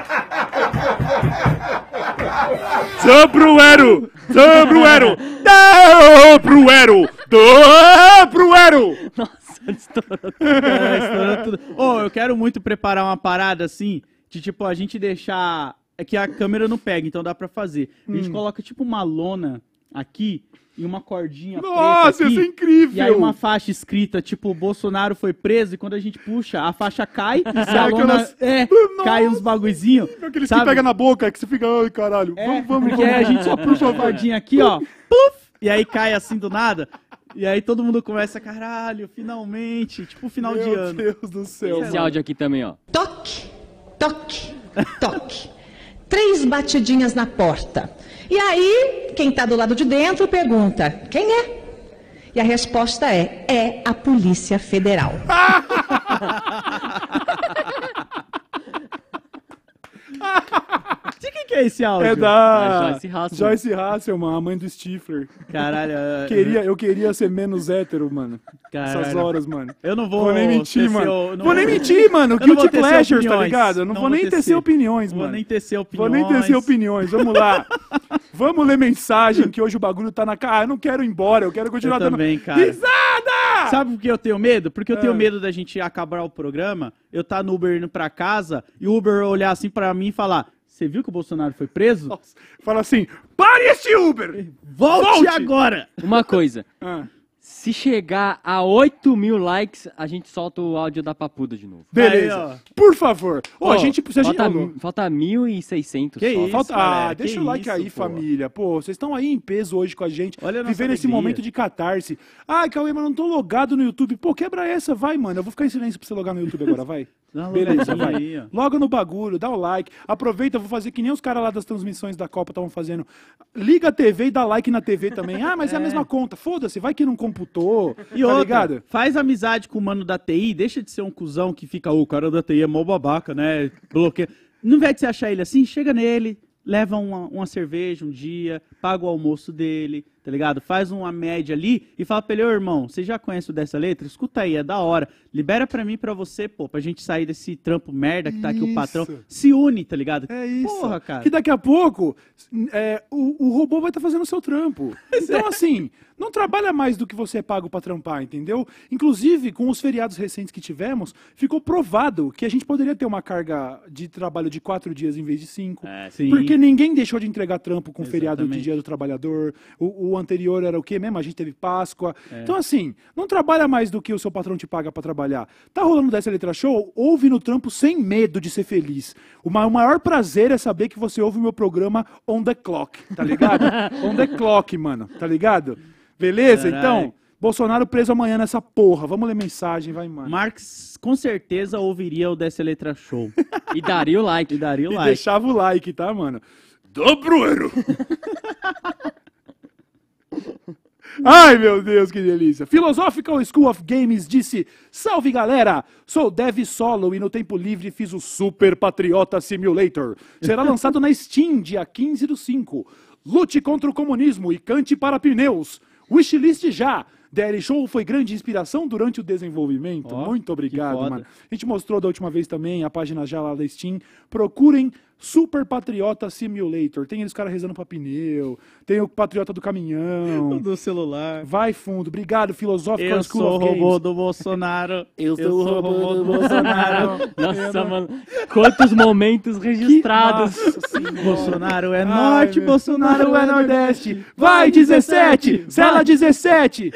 Dá pro Ero! Dá pro Ero! Dá pro Ero! Dá pro Ero! Estourou tudo. Ô, eu quero muito preparar uma parada assim, de tipo, a gente deixar... É que a câmera não pega, então dá pra fazer. A gente coloca tipo uma lona aqui e uma cordinha Nossa, preta aqui, isso é incrível! E aí uma faixa escrita, tipo, Bolsonaro foi preso, e quando a gente puxa, a faixa cai, e a lona, aquelas- cai uns bagulhozinhos, Aqueles sabe? que pega na boca, que você fica, ai caralho, vamos. Porque aí a gente só puxa a cordinha aqui, ó, puf, e aí cai assim do nada, e aí todo mundo começa, caralho, finalmente, tipo final de Meu ano. Deus do céu. Esse áudio aqui também, ó. Toque, toque, toque. 3 batidinhas na porta. E aí, quem está do lado de dentro pergunta: quem é? E a resposta é a Polícia Federal. De quem que é esse áudio? É da Da Joyce Hasselman. Joyce Hasselman, a mãe do Stifler. Caralho, Eu queria ser menos hétero, mano. Caralho. Essas horas, mano. eu não vou... Vou nem mentir, tecer mano. o- não Vou nem mentir, mano. eu não vou Guilty tecer Pleasures, tá opiniões. ligado? Eu não vou nem tecer opiniões, Não vou mano. nem tecer Vou opiniões. nem tecer opiniões. Vamos lá. Vamos ler mensagem, que hoje o bagulho tá na cara. Eu não quero ir embora, eu quero continuar Eu dando também, cara. risada! Sabe por que eu tenho medo? Porque eu tenho Ah. medo da gente acabar o programa, eu tá no Uber indo pra casa, e o Uber olhar assim pra mim e falar: você viu que o Bolsonaro foi preso? Nossa, fala assim, pare esse Uber! Volte agora! Uma coisa. Ah, Se chegar a 8.000 likes, a gente solta o áudio da Papuda de novo. Beleza. Aí, ó. Por favor. Ô, a gente precisa... Falta 1.600 Que só. isso? Falta... galera, deixa que o like isso, aí, pô. família. Pô, vocês estão aí em peso hoje com a gente. Olha a nossa vivendo esse alegria. momento de catarse. Ai, Cauê, mas não tô logado no YouTube. Pô, quebra essa, vai, mano. Eu vou ficar em silêncio pra você logar no YouTube agora, vai. Dá uma Beleza, logadinha vai. aí, ó. Loga no bagulho, dá o like. Aproveita, eu vou fazer que nem os caras lá das transmissões da Copa estavam fazendo. Liga a TV e dá like na TV também. Ah, mas é a mesma conta. Foda-se, vai que não computou. E tá outra, ligado? faz amizade com o mano da TI, deixa de ser um cuzão que fica, o cara da TI é mó babaca, né? Bloqueia. Não invés de você achar ele assim, chega nele, leva uma cerveja um dia, paga o almoço dele, tá ligado? Faz uma média ali e fala pra ele, ô irmão, você já conhece o Dessa Letra? Escuta aí, é da hora. Libera pra mim e pra você, pô, pra gente sair desse trampo merda que tá aqui o patrão. Isso. Se une, tá ligado? É isso. Porra, cara. Que daqui a pouco o robô vai estar fazendo o seu trampo. Então, assim, não trabalha mais do que você é pago pra trampar, entendeu? Inclusive, com os feriados recentes que tivemos, ficou provado que a gente poderia ter uma carga de trabalho de 4 dias em vez de 5. Sim. Porque ninguém deixou de entregar trampo com feriado de Exatamente. Dia do Trabalhador. O anterior era o quê mesmo? A gente teve Páscoa. Então, assim, não trabalha mais do que o seu patrão te paga pra trabalhar. Tá rolando Dessa Letra Show? Ouve no trampo sem medo de ser feliz. O maior prazer é saber que você ouve o meu programa on the clock, tá ligado? On the clock, mano, tá ligado? Beleza? Caralho. Então, Bolsonaro preso amanhã nessa porra. Vamos ler mensagem, vai, mano. Marx com certeza ouviria o Dessa Letra Show. E daria o like. E daria o E like. deixava o like, tá, mano? Dobroeiro! Ai, meu Deus, que delícia. Philosophical School of Games disse: salve, galera! Sou dev solo e no tempo livre fiz o Super Patriota Simulator. Será lançado na Steam dia 15/5. Lute contra o comunismo e cante para pneus. Wishlist já. DL Show foi grande inspiração durante o desenvolvimento. Ó, Muito obrigado, que foda. mano. A gente mostrou da última vez também a página já lá da Steam. Procurem Super Patriota Simulator. Tem eles caras rezando pra pneu. Tem o Patriota do caminhão. Do celular. Vai fundo. Obrigado, Philosophical Eu School sou o of robô Games. do Bolsonaro. Eu sou o robô do Bolsonaro. Nossa, mano. Quantos momentos registrados. Bolsonaro é Ai, norte, meu. Bolsonaro é Nordeste. Vai, 17! Cela 17!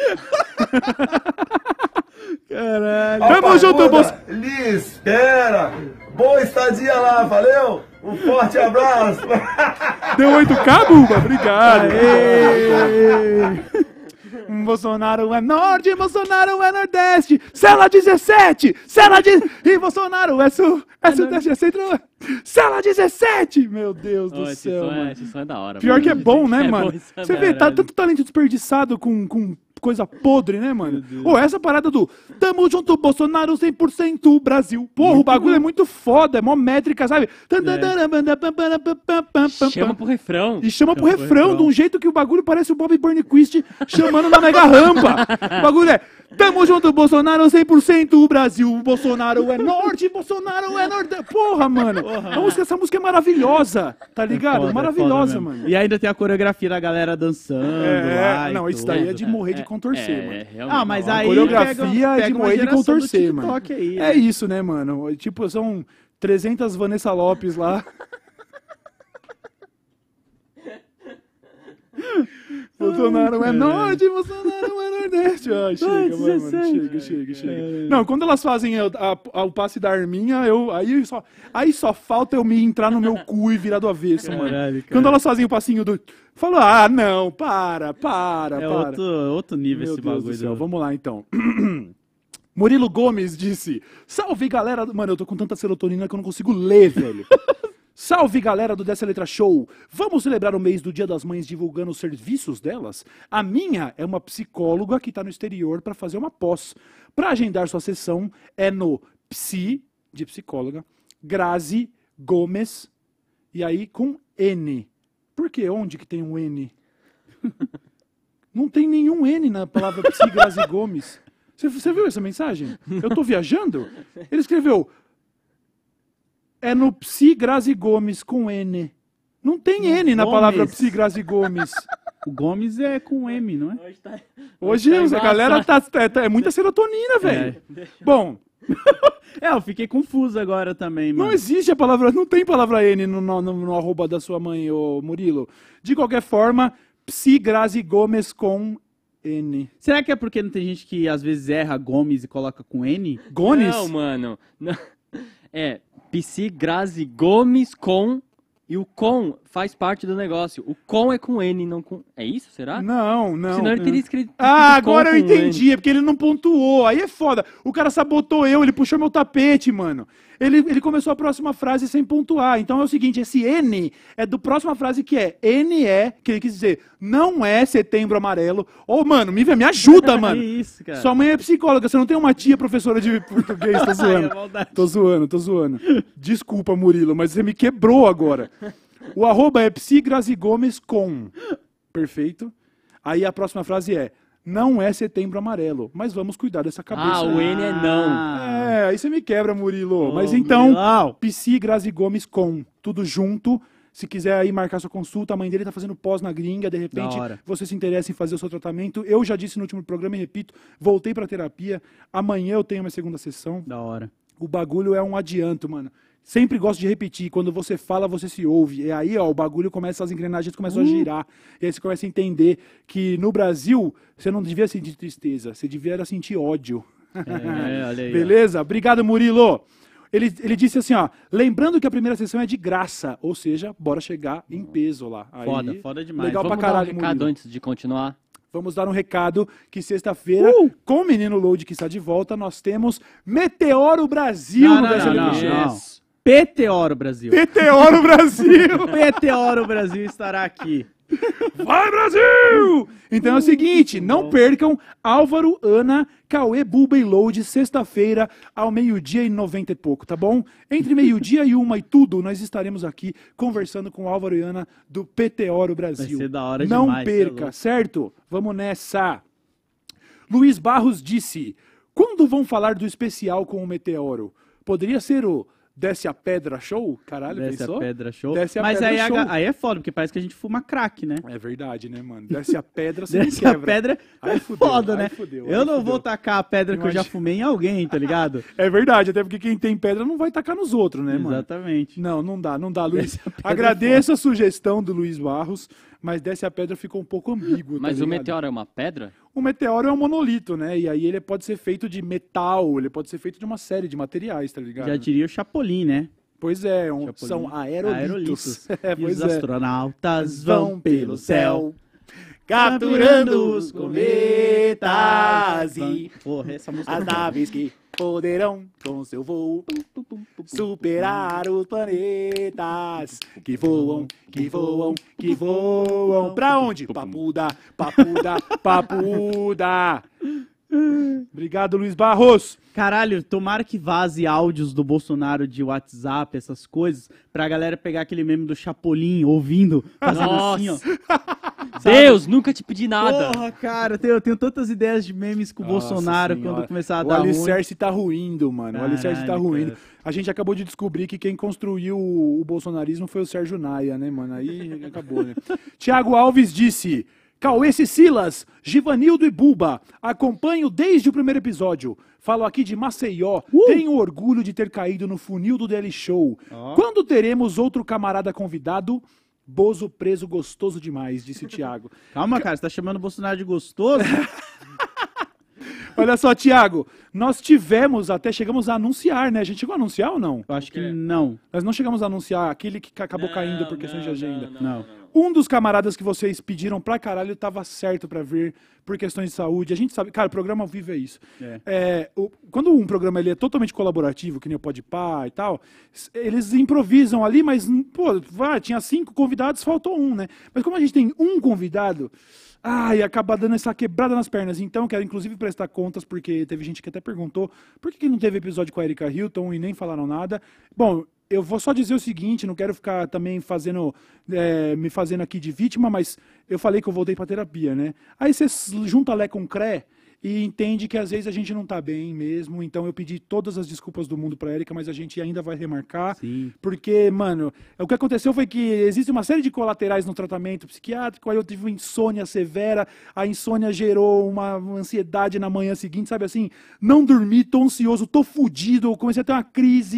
Caralho. Tamo junto, Papuda, Liz, espera. Boa estadia lá, valeu? Um forte abraço. Deu 8K, Buba? Obrigado. Bolsonaro é norte, Bolsonaro é nordeste. Cela 17! Cela E Bolsonaro é sudeste, é centro. Cela 17! Meu Deus do Esse céu, mano. som é da hora. Pior que é bom, né, É mano? bom, isso é Você vê, tá caralho. tanto talento desperdiçado com coisa podre, né, mano? Ô, essa parada do tamo junto, Bolsonaro 100% Brasil. Porra, o bagulho é muito foda, é mó métrica, sabe? Chama pro refrão. E chama pro refrão, de um jeito que o bagulho parece o Bob Burnquist chamando na mega rampa. O bagulho é tamo junto, Bolsonaro 100% Brasil. Bolsonaro é norte, Bolsonaro é nordeste. Porra, mano. Essa música é maravilhosa, tá ligado? Foda, Maravilhosa, foda mesmo. mano. E ainda tem a coreografia da galera dançando lá. e Não, isso tudo. daí é de morrer de contorcer, mano. Realmente. Ah, mas A aí coreografia pega é de uma morrer de geração do contorcer, mano. TikTok aí, É né? isso, né, mano? Tipo, são 300 Vanessa Lopes lá. Bolsonaro é norte, Bolsonaro é nordeste. Ai, chega, vai, mano. Chega. Não, quando elas fazem o passe da arminha, aí só falta eu me entrar no meu cu e virar do avesso, mano. Caralho, cara. Quando elas fazem o passinho do... Falou, não, para. É outro nível Meu esse Deus bagulho. do céu, vamos lá então. Murilo Gomes disse: salve galera. Mano, eu tô com tanta serotonina que eu não consigo ler, velho. Salve galera do Dessa Letra Show. Vamos celebrar o mês do Dia das Mães divulgando os serviços delas? A minha é uma psicóloga que tá no exterior pra fazer uma pós. Pra agendar sua sessão é no Psi, de psicóloga, Grazi Gomes, e aí com N. Por quê? Onde que tem um N? Não tem nenhum N na palavra Psi Grazi Gomes. Você viu essa mensagem? Eu tô viajando? Ele escreveu: é no Psi Grazi Gomes com N. Não tem N na Gomes. palavra Psi Grazi Gomes. O Gomes é com M, não é? Hoje a galera é muita serotonina, velho. Bom, Eu fiquei confuso agora também, mano. não existe a palavra, não tem palavra N no arroba da sua mãe, ô Murilo. De qualquer forma, Psi Grazi Gomes com N. Será que é porque não tem gente que às vezes erra Gomes e coloca com N? Gomes? Não, mano. Não. É, Psi Grazi Gomes com... E o com faz parte do negócio. O com é com N, não com... É isso, será? Não. Senão ele teria escrito Ah, com agora eu com N. entendi. É porque ele não pontuou. Aí é foda. O cara sabotou eu, ele puxou meu tapete, mano. Ele começou a próxima frase sem pontuar. Então é o seguinte, esse N é do próxima frase que é N é, que ele quis dizer, não é Setembro Amarelo. Ô, mano, me ajuda, mano. Que isso, cara. Sua mãe é psicóloga, você não tem uma tia professora de português, tô zoando. É maldade. Tô zoando. Desculpa, Murilo, mas você me quebrou agora. O arroba é psigrazigomes com. Perfeito. Aí a próxima frase é, não é Setembro Amarelo, mas vamos cuidar dessa cabeça. Ah, o N é não. É, aí você me quebra, Murilo. Ô, Mas então, Murilão. psigrazigomes com. Tudo junto. Se quiser aí marcar sua consulta, a mãe dele tá fazendo pós na gringa, de repente Da hora. você se interessa em fazer o seu tratamento. Eu já disse no último programa e repito, voltei pra terapia. Amanhã eu tenho minha segunda sessão. Da hora. O bagulho é um adianto, mano. Sempre gosto de repetir. Quando você fala, você se ouve. E aí, ó, o bagulho começa, as engrenagens começam a girar. E aí você começa a entender que no Brasil, você não devia sentir tristeza. Você devia era sentir ódio. É, olha aí. Beleza? Obrigado, Murilo. Ele disse assim, ó, lembrando que a primeira sessão é de graça, ou seja, bora chegar em peso lá. Aí, Foda demais. Legal Vamos pra caralho, dar um recado Murilo. antes de continuar. Vamos dar um recado que sexta-feira, com o Menino Load que está de volta, nós temos Meteoro Brasil Não, no não, Brasil não, Show. não. Meteoro Brasil. Meteoro Brasil! Meteoro Brasil estará aqui. Vai, Brasil! Então é o seguinte, não percam Álvaro, Ana, Cauê, Buba e Load, sexta-feira, ao meio-dia e 90 e pouco, tá bom? Entre meio-dia e 1 e tudo, nós estaremos aqui conversando com Álvaro e Ana do Meteoro Brasil. Vai ser da hora não demais, perca, cê é louco. certo? Vamos nessa. Luiz Barros disse, quando vão falar do especial com o Meteoro? Poderia ser o Desce a Pedra Show? Caralho, Desce pensou? a pedra show. Desce a Mas Pedra aí, Show. aí é foda, porque parece que a gente fuma crack, né? É verdade, né, mano? Desce a pedra, você me Desce a quebra. pedra Aí é fudeu, foda, aí né? fudeu, eu aí não fudeu. vou tacar a pedra que eu já Imagina. fumei em alguém, tá ligado? É verdade, até porque quem tem pedra não vai tacar nos outros, né, mano? Exatamente. Não dá, Luiz. Desce a pedra Agradeço a sugestão do Luiz Barros, mas Desce a Pedra ficou um pouco ambíguo, Mas tá o ligado? meteoro é uma pedra? O meteoro é um monolito, né? E aí ele pode ser feito de metal, ele pode ser feito de uma série de materiais, tá ligado? Já diria o Chapolin, né? Pois é, Chapolin. são aerolitos. É, E pois os é. astronautas vão pelo céu, capturando os cometas e Porra, essa música as é muito boa. naves que poderão com seu voo superar os planetas que voam, que voam, que voam. Pra onde? Papuda, papuda, papuda. Obrigado, Luiz Barros. Caralho, tomara que vaze áudios do Bolsonaro de WhatsApp, essas coisas, pra galera pegar aquele meme do Chapolin ouvindo, fazendo assim, ó. Deus, nunca te pedi nada. Porra, cara, eu tenho tantas ideias de memes com o Bolsonaro Senhora. quando começar a O dar ruim. alicerce tá ruindo, mano. O alicerce tá Caralho, ruindo. cara. A gente acabou de descobrir que quem construiu o bolsonarismo foi o Sérgio Naia, né, mano? Aí acabou, né? Tiago Alves disse... Cauê Silas, Givanildo e Buba, acompanho desde o primeiro episódio. Falo aqui de Maceió, tenho orgulho de ter caído no funil do DL Show. Quando teremos outro camarada convidado? Bozo preso gostoso demais, disse o Thiago. Calma, cara, você tá chamando o Bolsonaro de gostoso? Olha só, Thiago, nós chegamos a anunciar, né? A gente chegou a anunciar ou não? Eu acho que não. Nós não chegamos a anunciar aquele que acabou caindo por questões de agenda. Não. Um dos camaradas que vocês pediram pra caralho tava certo pra vir por questões de saúde. A gente sabe, cara, programa ao vivo é isso. Quando um programa ele é totalmente colaborativo, que nem o Podpah e tal, eles improvisam ali, mas, pô, tinha 5 convidados, faltou um, né? Mas como a gente tem um convidado, acaba dando essa quebrada nas pernas. Então, quero inclusive prestar contas, porque teve gente que até perguntou por que não teve episódio com a Erika Hilton e nem falaram nada. Bom, eu vou só dizer o seguinte, não quero ficar também me fazendo aqui de vítima, mas eu falei que eu voltei pra terapia, né? Aí você junta Lé com Cré e entende que às vezes a gente não tá bem mesmo, então eu pedi todas as desculpas do mundo pra Erika, mas a gente ainda vai remarcar, Sim. porque, mano, o que aconteceu foi que existe uma série de colaterais no tratamento psiquiátrico, aí eu tive uma insônia severa, a insônia gerou uma ansiedade na manhã seguinte, sabe assim? Não dormi, tô ansioso, tô fudido, eu comecei a ter uma crise.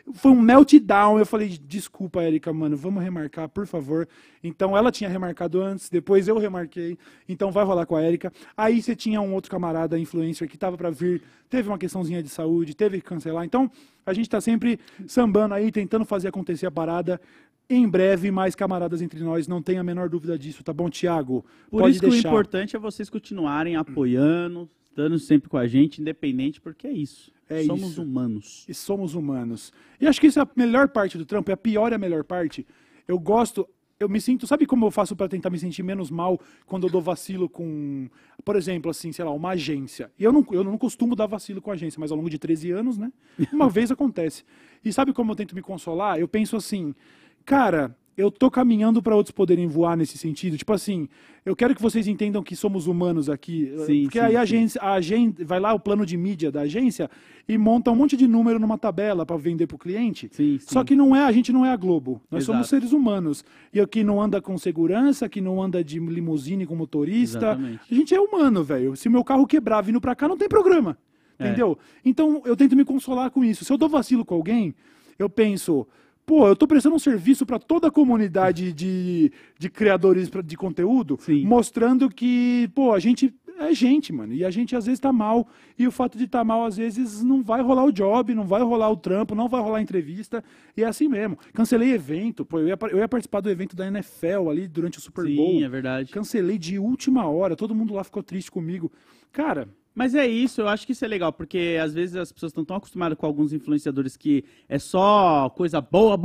foi um meltdown. Eu falei, desculpa, Érica, mano, vamos remarcar, por favor. Então ela tinha remarcado antes, depois eu remarquei. Então vai rolar com a Érica. Aí você tinha um outro camarada, influencer, que tava pra vir, teve uma questãozinha de saúde, teve que cancelar. Então a gente tá sempre sambando aí, tentando fazer acontecer a parada. Em breve, mais camaradas entre nós, não tem a menor dúvida disso, tá bom, Thiago? Por Pode isso que deixar. o importante é vocês continuarem apoiando, estando sempre com a gente, independente, porque é isso. Somos isso. humanos. E somos humanos. E acho que isso é a melhor parte do trampo, é a pior e a melhor parte. Eu gosto, eu me sinto, sabe como eu faço para tentar me sentir menos mal quando eu dou vacilo com, por exemplo, assim, sei lá, uma agência. E eu não costumo dar vacilo com agência, mas ao longo de 13 anos, né, uma vez acontece. E sabe como eu tento me consolar? Eu penso assim, cara, eu tô caminhando para outros poderem voar nesse sentido. Tipo assim, eu quero que vocês entendam que somos humanos aqui. Sim, porque sim, aí sim. a agência vai lá o plano de mídia da agência e monta um monte de número numa tabela para vender pro cliente. Sim, sim. Só que a gente não é a Globo. Nós somos Exato. seres humanos. E aqui não anda com segurança, que não anda de limusine com motorista. Exatamente. A gente é humano, velho. Se meu carro quebrar vindo pra cá, não tem programa. Entendeu? Então eu tento me consolar com isso. Se eu dou vacilo com alguém, eu penso, pô, eu tô prestando um serviço para toda a comunidade de criadores de conteúdo, Sim. mostrando que, pô, a gente é gente, mano. E a gente às vezes tá mal. E o fato de tá mal, às vezes, não vai rolar o job, não vai rolar o trampo, não vai rolar a entrevista. E é assim mesmo. Cancelei evento. Pô, eu ia participar do evento da NFL ali durante o Super Bowl. Sim, é verdade. Cancelei de última hora. Todo mundo lá ficou triste comigo. Cara, Mas é isso, eu acho que isso é legal, porque às vezes as pessoas estão tão acostumadas com alguns influenciadores que é só coisa boa,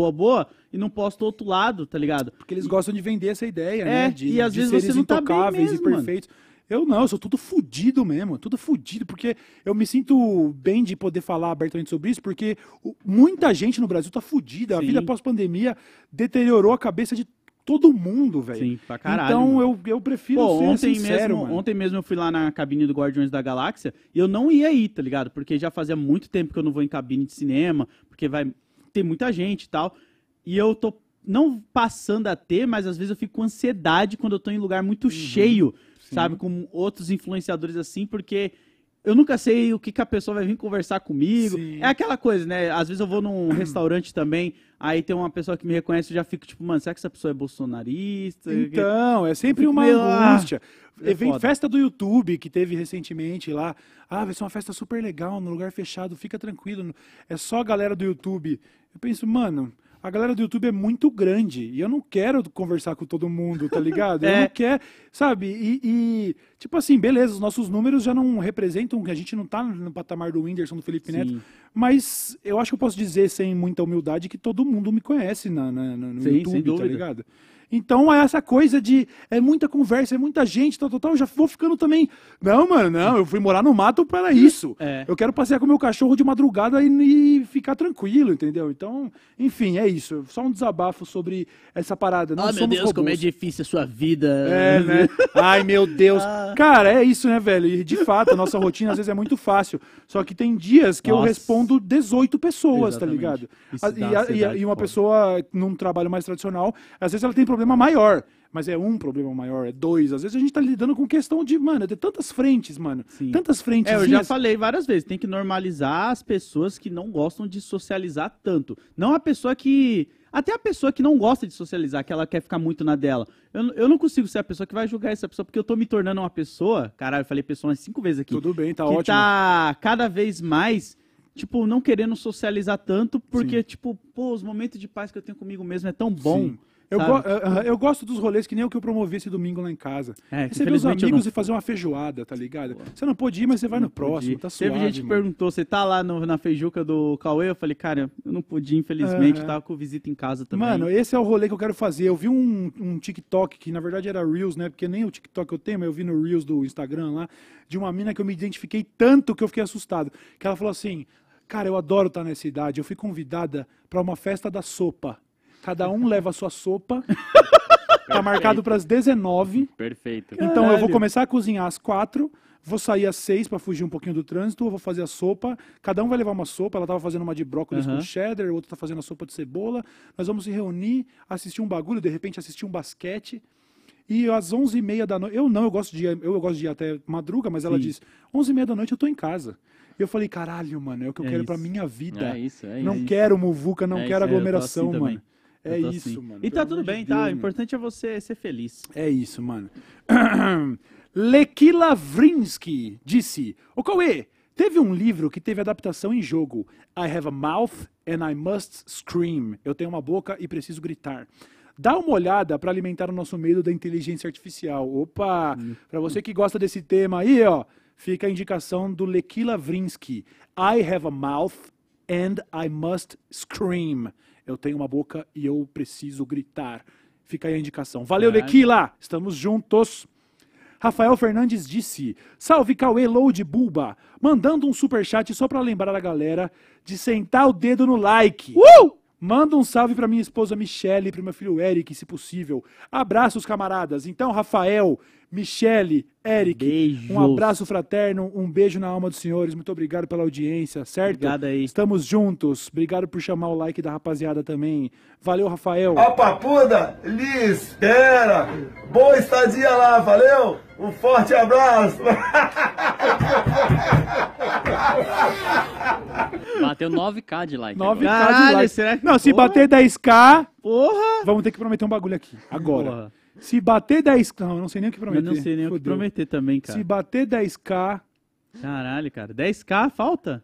e não postam o outro lado, tá ligado? porque eles gostam de vender essa ideia, né? e às de vezes seres você não tá bem intocáveis mesmo, e perfeitos. Eu não, eu sou tudo fudido mesmo, tudo fudido, porque eu me sinto bem de poder falar abertamente sobre isso, porque muita gente no Brasil tá fudida. A Sim. vida pós-pandemia deteriorou a cabeça de todo mundo, velho. Sim, pra caralho. Então mano. eu prefiro Pô, ser sincero, mano. ontem mesmo eu fui lá na cabine do Guardiões da Galáxia e eu não ia ir, tá ligado? Porque já fazia muito tempo que eu não vou em cabine de cinema, porque vai ter muita gente e tal. E eu tô não passando a ter, mas às vezes eu fico com ansiedade quando eu tô em lugar muito cheio, sabe? Com outros influenciadores assim, porque eu nunca sei o que a pessoa vai vir conversar comigo. Sim. É aquela coisa, né? Às vezes eu vou num restaurante também, aí tem uma pessoa que me reconhece e eu já fico tipo, mano, será que essa pessoa é bolsonarista? Então, é sempre fico uma meio, angústia. é foda. Festa do YouTube que teve recentemente lá. Ah, vai ser uma festa super legal, no lugar fechado, fica tranquilo. É só a galera do YouTube. Eu penso, mano, a galera do YouTube é muito grande e eu não quero conversar com todo mundo, tá ligado? Eu não quero, sabe? E, tipo assim, beleza, os nossos números já não representam, a gente não tá no patamar do Whindersson, do Felipe Neto, mas eu acho que eu posso dizer sem muita humildade que todo mundo me conhece no Sim, sem YouTube, tá dúvida. ligado? Então é essa coisa de é muita conversa, é muita gente, tal, eu já vou ficando também. Não, mano, não, eu fui morar no mato para isso. É. Eu quero passear com meu cachorro de madrugada e ficar tranquilo, entendeu? Então, enfim, é isso. Só um desabafo sobre essa parada. Não somos robôs. difícil a sua vida. É, né? Ai, meu Deus. Cara, é isso, né, velho? E de fato, a nossa rotina às vezes é muito fácil. Só que tem dias que eu Nossa. respondo 18 pessoas, tá Exatamente. ligado? Isso dá E ansiedade uma foda. pessoa num trabalho mais tradicional, às vezes ela tem problema maior. Mas é um problema maior, é dois. Às vezes a gente tá lidando com questão de, mano, de tantas frentes, mano. Sim. Tantas frentes. Eu já falei várias vezes, tem que normalizar as pessoas que não gostam de socializar tanto. Não a pessoa que... Até a pessoa que não gosta de socializar, que ela quer ficar muito na dela. Eu não consigo ser a pessoa que vai julgar essa pessoa, porque eu tô me tornando uma pessoa... Caralho, eu falei pessoa umas 5 vezes aqui. Tudo bem, tá que ótimo. tá cada vez mais, tipo, não querendo socializar tanto, porque, Sim. tipo, pô, os momentos de paz que eu tenho comigo mesmo é tão bom. Sim. Eu gosto dos rolês que nem o que eu promovi esse domingo lá em casa. É, que Receber os infelizmente eu amigos não e fazer uma feijoada, tá ligado? Você não pôde ir, mas você vai no próximo, tá suave, Teve gente que mano. perguntou, você tá lá na feijuca do Cauê? Eu falei, cara, eu não podia, infelizmente, tava com visita em casa também. Mano, esse é o rolê que eu quero fazer. Eu vi um TikTok, que na verdade era Reels, né? Porque nem o TikTok eu tenho, mas eu vi no Reels do Instagram lá, de uma mina que eu me identifiquei tanto que eu fiquei assustado. Que ela falou assim, cara, eu adoro estar nessa idade. Eu fui convidada pra uma festa da sopa. Cada um leva a sua sopa. Tá marcado pras 19. Perfeito. Então eu vou Caralho. começar a cozinhar às 4, vou sair às 6 pra fugir um pouquinho do trânsito, eu vou fazer a sopa, cada um vai levar uma sopa, ela tava fazendo uma de brócolis com cheddar, o outro tá fazendo a sopa de cebola, nós vamos se reunir, assistir um bagulho, de repente assistir um basquete, E às 11h30 da noite... Eu gosto de ir até madruga, mas ela Sim. diz, 11h30 da noite eu tô em casa. E eu falei, caralho, mano, é o que eu quero pra isso. minha vida. É isso, é Não isso. quero muvuca, não É quero isso, aglomeração, eu tô assim mano. também. É Eu tô isso, assim. mano. E tá Pelo tudo amor bem, de tá? Deus, O mano. importante é você ser feliz. É isso, mano. Lekila Vrinsky disse, ô Cauê, teve um livro que teve adaptação em jogo. I have a mouth and I must scream. Eu tenho uma boca e preciso gritar. Dá uma olhada para alimentar o nosso medo da inteligência artificial. Opa! Para você que gosta desse tema aí, ó, fica a indicação do Lekila Vrinsky. I have a mouth and I must scream. Eu tenho uma boca e eu preciso gritar. Fica aí a indicação. Valeu, Caralho. Lekila! Estamos juntos. Rafael Fernandes disse, salve Cauê Load Bulba, mandando um superchat só pra lembrar a galera de sentar o dedo no like. Manda um salve pra minha esposa Michele e pro meu filho Eric, se possível. Abraços, camaradas. Então, Rafael, Michele, Eric, Beijos. um abraço fraterno, um beijo na alma dos senhores. Muito obrigado pela audiência, certo? Obrigado aí. Estamos juntos. Obrigado por chamar o like da rapaziada também. Valeu, Rafael. Ó, Papuda, Liz, Pera, boa estadia lá, valeu? Um forte abraço. Bateu 9k de like. 9k Caralho, de like. será que- Não, se Porra. bater 10k, Porra! vamos ter que prometer um bagulho aqui, agora. Porra. Se bater 10k... Não, eu não sei nem o que Eu prometer. não sei nem o que Fudeu. prometer também, cara. Se bater 10k... Caralho, cara. 10k falta?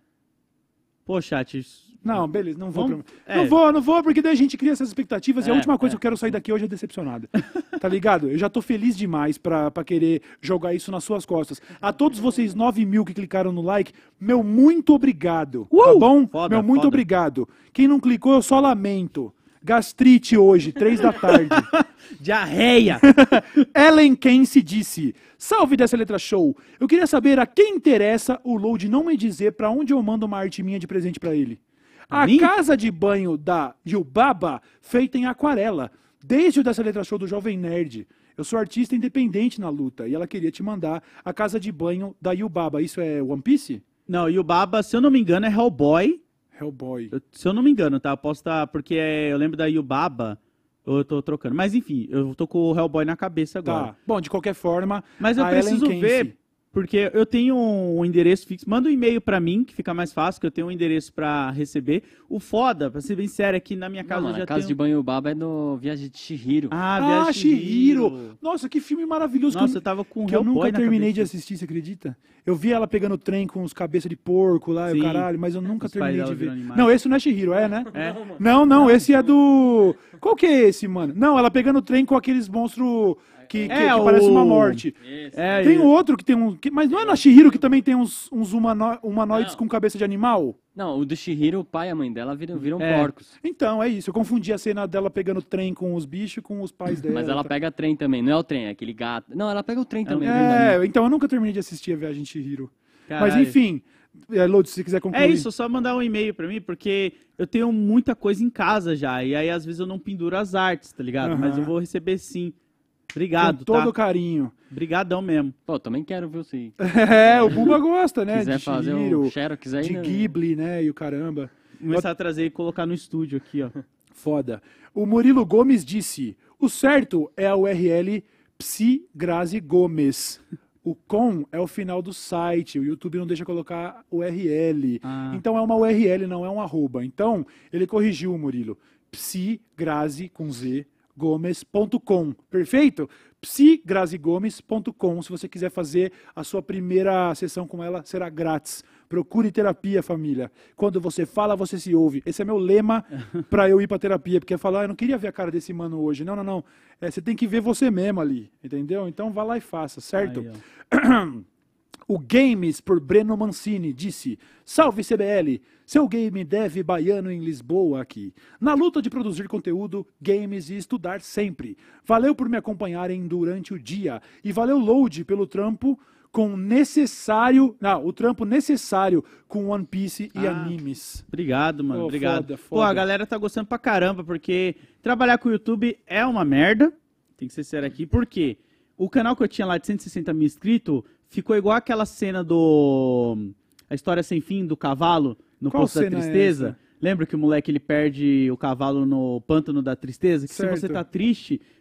Pô, chat. Não, beleza, não vou. Vamos- prometer. Não vou, porque daí a gente cria essas expectativas e a É, última coisa que eu quero sair daqui hoje é decepcionado. Tá ligado? Eu já tô feliz demais pra querer jogar isso nas suas costas. A todos vocês 9.000 que clicaram no like, meu muito obrigado. Tá bom? Foda, meu muito foda. obrigado. Quem não clicou, eu só lamento. Gastrite hoje, 3 da tarde. Diarreia! Ellen Kense disse, salve dessa letra show. Eu queria saber a quem interessa o Load não me dizer pra onde eu mando uma arte minha de presente pra ele. A mim? casa de banho da Yubaba, feita em aquarela, desde o dessa letra show do Jovem Nerd. Eu sou artista independente na luta e ela queria te mandar a casa de banho da Yubaba. Isso é One Piece? Não, e o Baba, se eu não me engano, é Hellboy. Hellboy. Se eu não me engano, tá? Eu posso estar... Porque eu lembro da Yubaba, eu tô trocando. Mas enfim, eu tô com o Hellboy na cabeça agora. Tá. Bom, de qualquer forma, Mas eu a Ellen preciso Kense- ver, porque eu tenho um endereço fixo. Manda um e-mail pra mim, que fica mais fácil, que eu tenho um endereço pra receber. O foda, pra ser bem sério, é que na minha Não, casa mano, eu já a casa tenho... de banho Baba é do Viagem de Chihiro. Ah, Ah, Viagem de Chihiro. Nossa, que filme maravilhoso. Nossa, que eu tava com o que eu Hellboy nunca na terminei de cabeça. assistir, você acredita? Eu vi ela pegando trem com os cabeças de porco lá, e o Sim. caralho, mas eu nunca Os terminei pais de dela ver. viram animais. Não, esse não é Chihiro, é, né? É? Não, esse é do... Qual que é esse, mano? Não, ela pegando trem com aqueles monstros que É, parece uma o- morte. É, Tem e- outro que tem um... Mas não é na Chihiro que também tem uns humanoides Não. com cabeça de animal? Não, o do Chihiro, o pai e a mãe dela viram É. porcos. Então, é isso. Eu confundi a cena dela pegando trem com os bichos com os pais dela. Mas ela tá? pega trem também, não é o trem, é aquele gato. Não, ela pega o trem também, é verdade. É, então eu nunca terminei de assistir a Viagem de Chihiro. Mas Caralho. enfim, Lodi, se você quiser concluir. É isso, só mandar um e-mail pra mim, porque eu tenho muita coisa em casa já, e aí às vezes eu não penduro as artes, tá ligado? Aham. Mas eu vou receber sim. Com Obrigado, todo tá? carinho. Obrigadão mesmo. Pô, também quero, viu, se É, o Buba gosta, né? quiser de fazer Chihiro, um Xerox aí, de né? Ghibli, né? E o caramba. Começar a trazer e colocar no estúdio aqui, ó. Foda. O Murilo Gomes disse, o certo é a URL Psi Grazi Gomes. O com é o final do site, o YouTube não deixa colocar URL. Ah. Então é uma URL, não é um arroba. Então, ele corrigiu o Murilo. Psigrazi, com Z, gomes.com. Perfeito? psigrazigomes.com. Se você quiser fazer a sua primeira sessão com ela, será grátis. Procure terapia, família. Quando você fala, você se ouve. Esse é meu lema pra eu ir pra terapia, porque é falar, eu não queria ver a cara desse mano hoje. Não. Você tem que ver você mesmo ali, entendeu? Então vá lá e faça, certo? Aí, O Games, por Breno Mancini, disse, salve CBL, seu game deve baiano em Lisboa aqui. Na luta de produzir conteúdo, games e estudar sempre. Valeu por me acompanharem durante o dia. E valeu Load pelo trampo com necessário... Não, o trampo necessário com One Piece e animes. Obrigado, mano. Pô, obrigado. foda, Pô, a foda. galera tá gostando pra caramba, porque trabalhar com o YouTube é uma merda. Tem que ser sério aqui. Por quê? O canal que eu tinha lá de 160 mil inscritos ficou igual aquela cena do... A História Sem Fim, do cavalo, no Qual Poço da cena é Tristeza. essa? Lembra que o moleque ele perde o cavalo no Pântano da Tristeza? Que Certo. se você tá triste,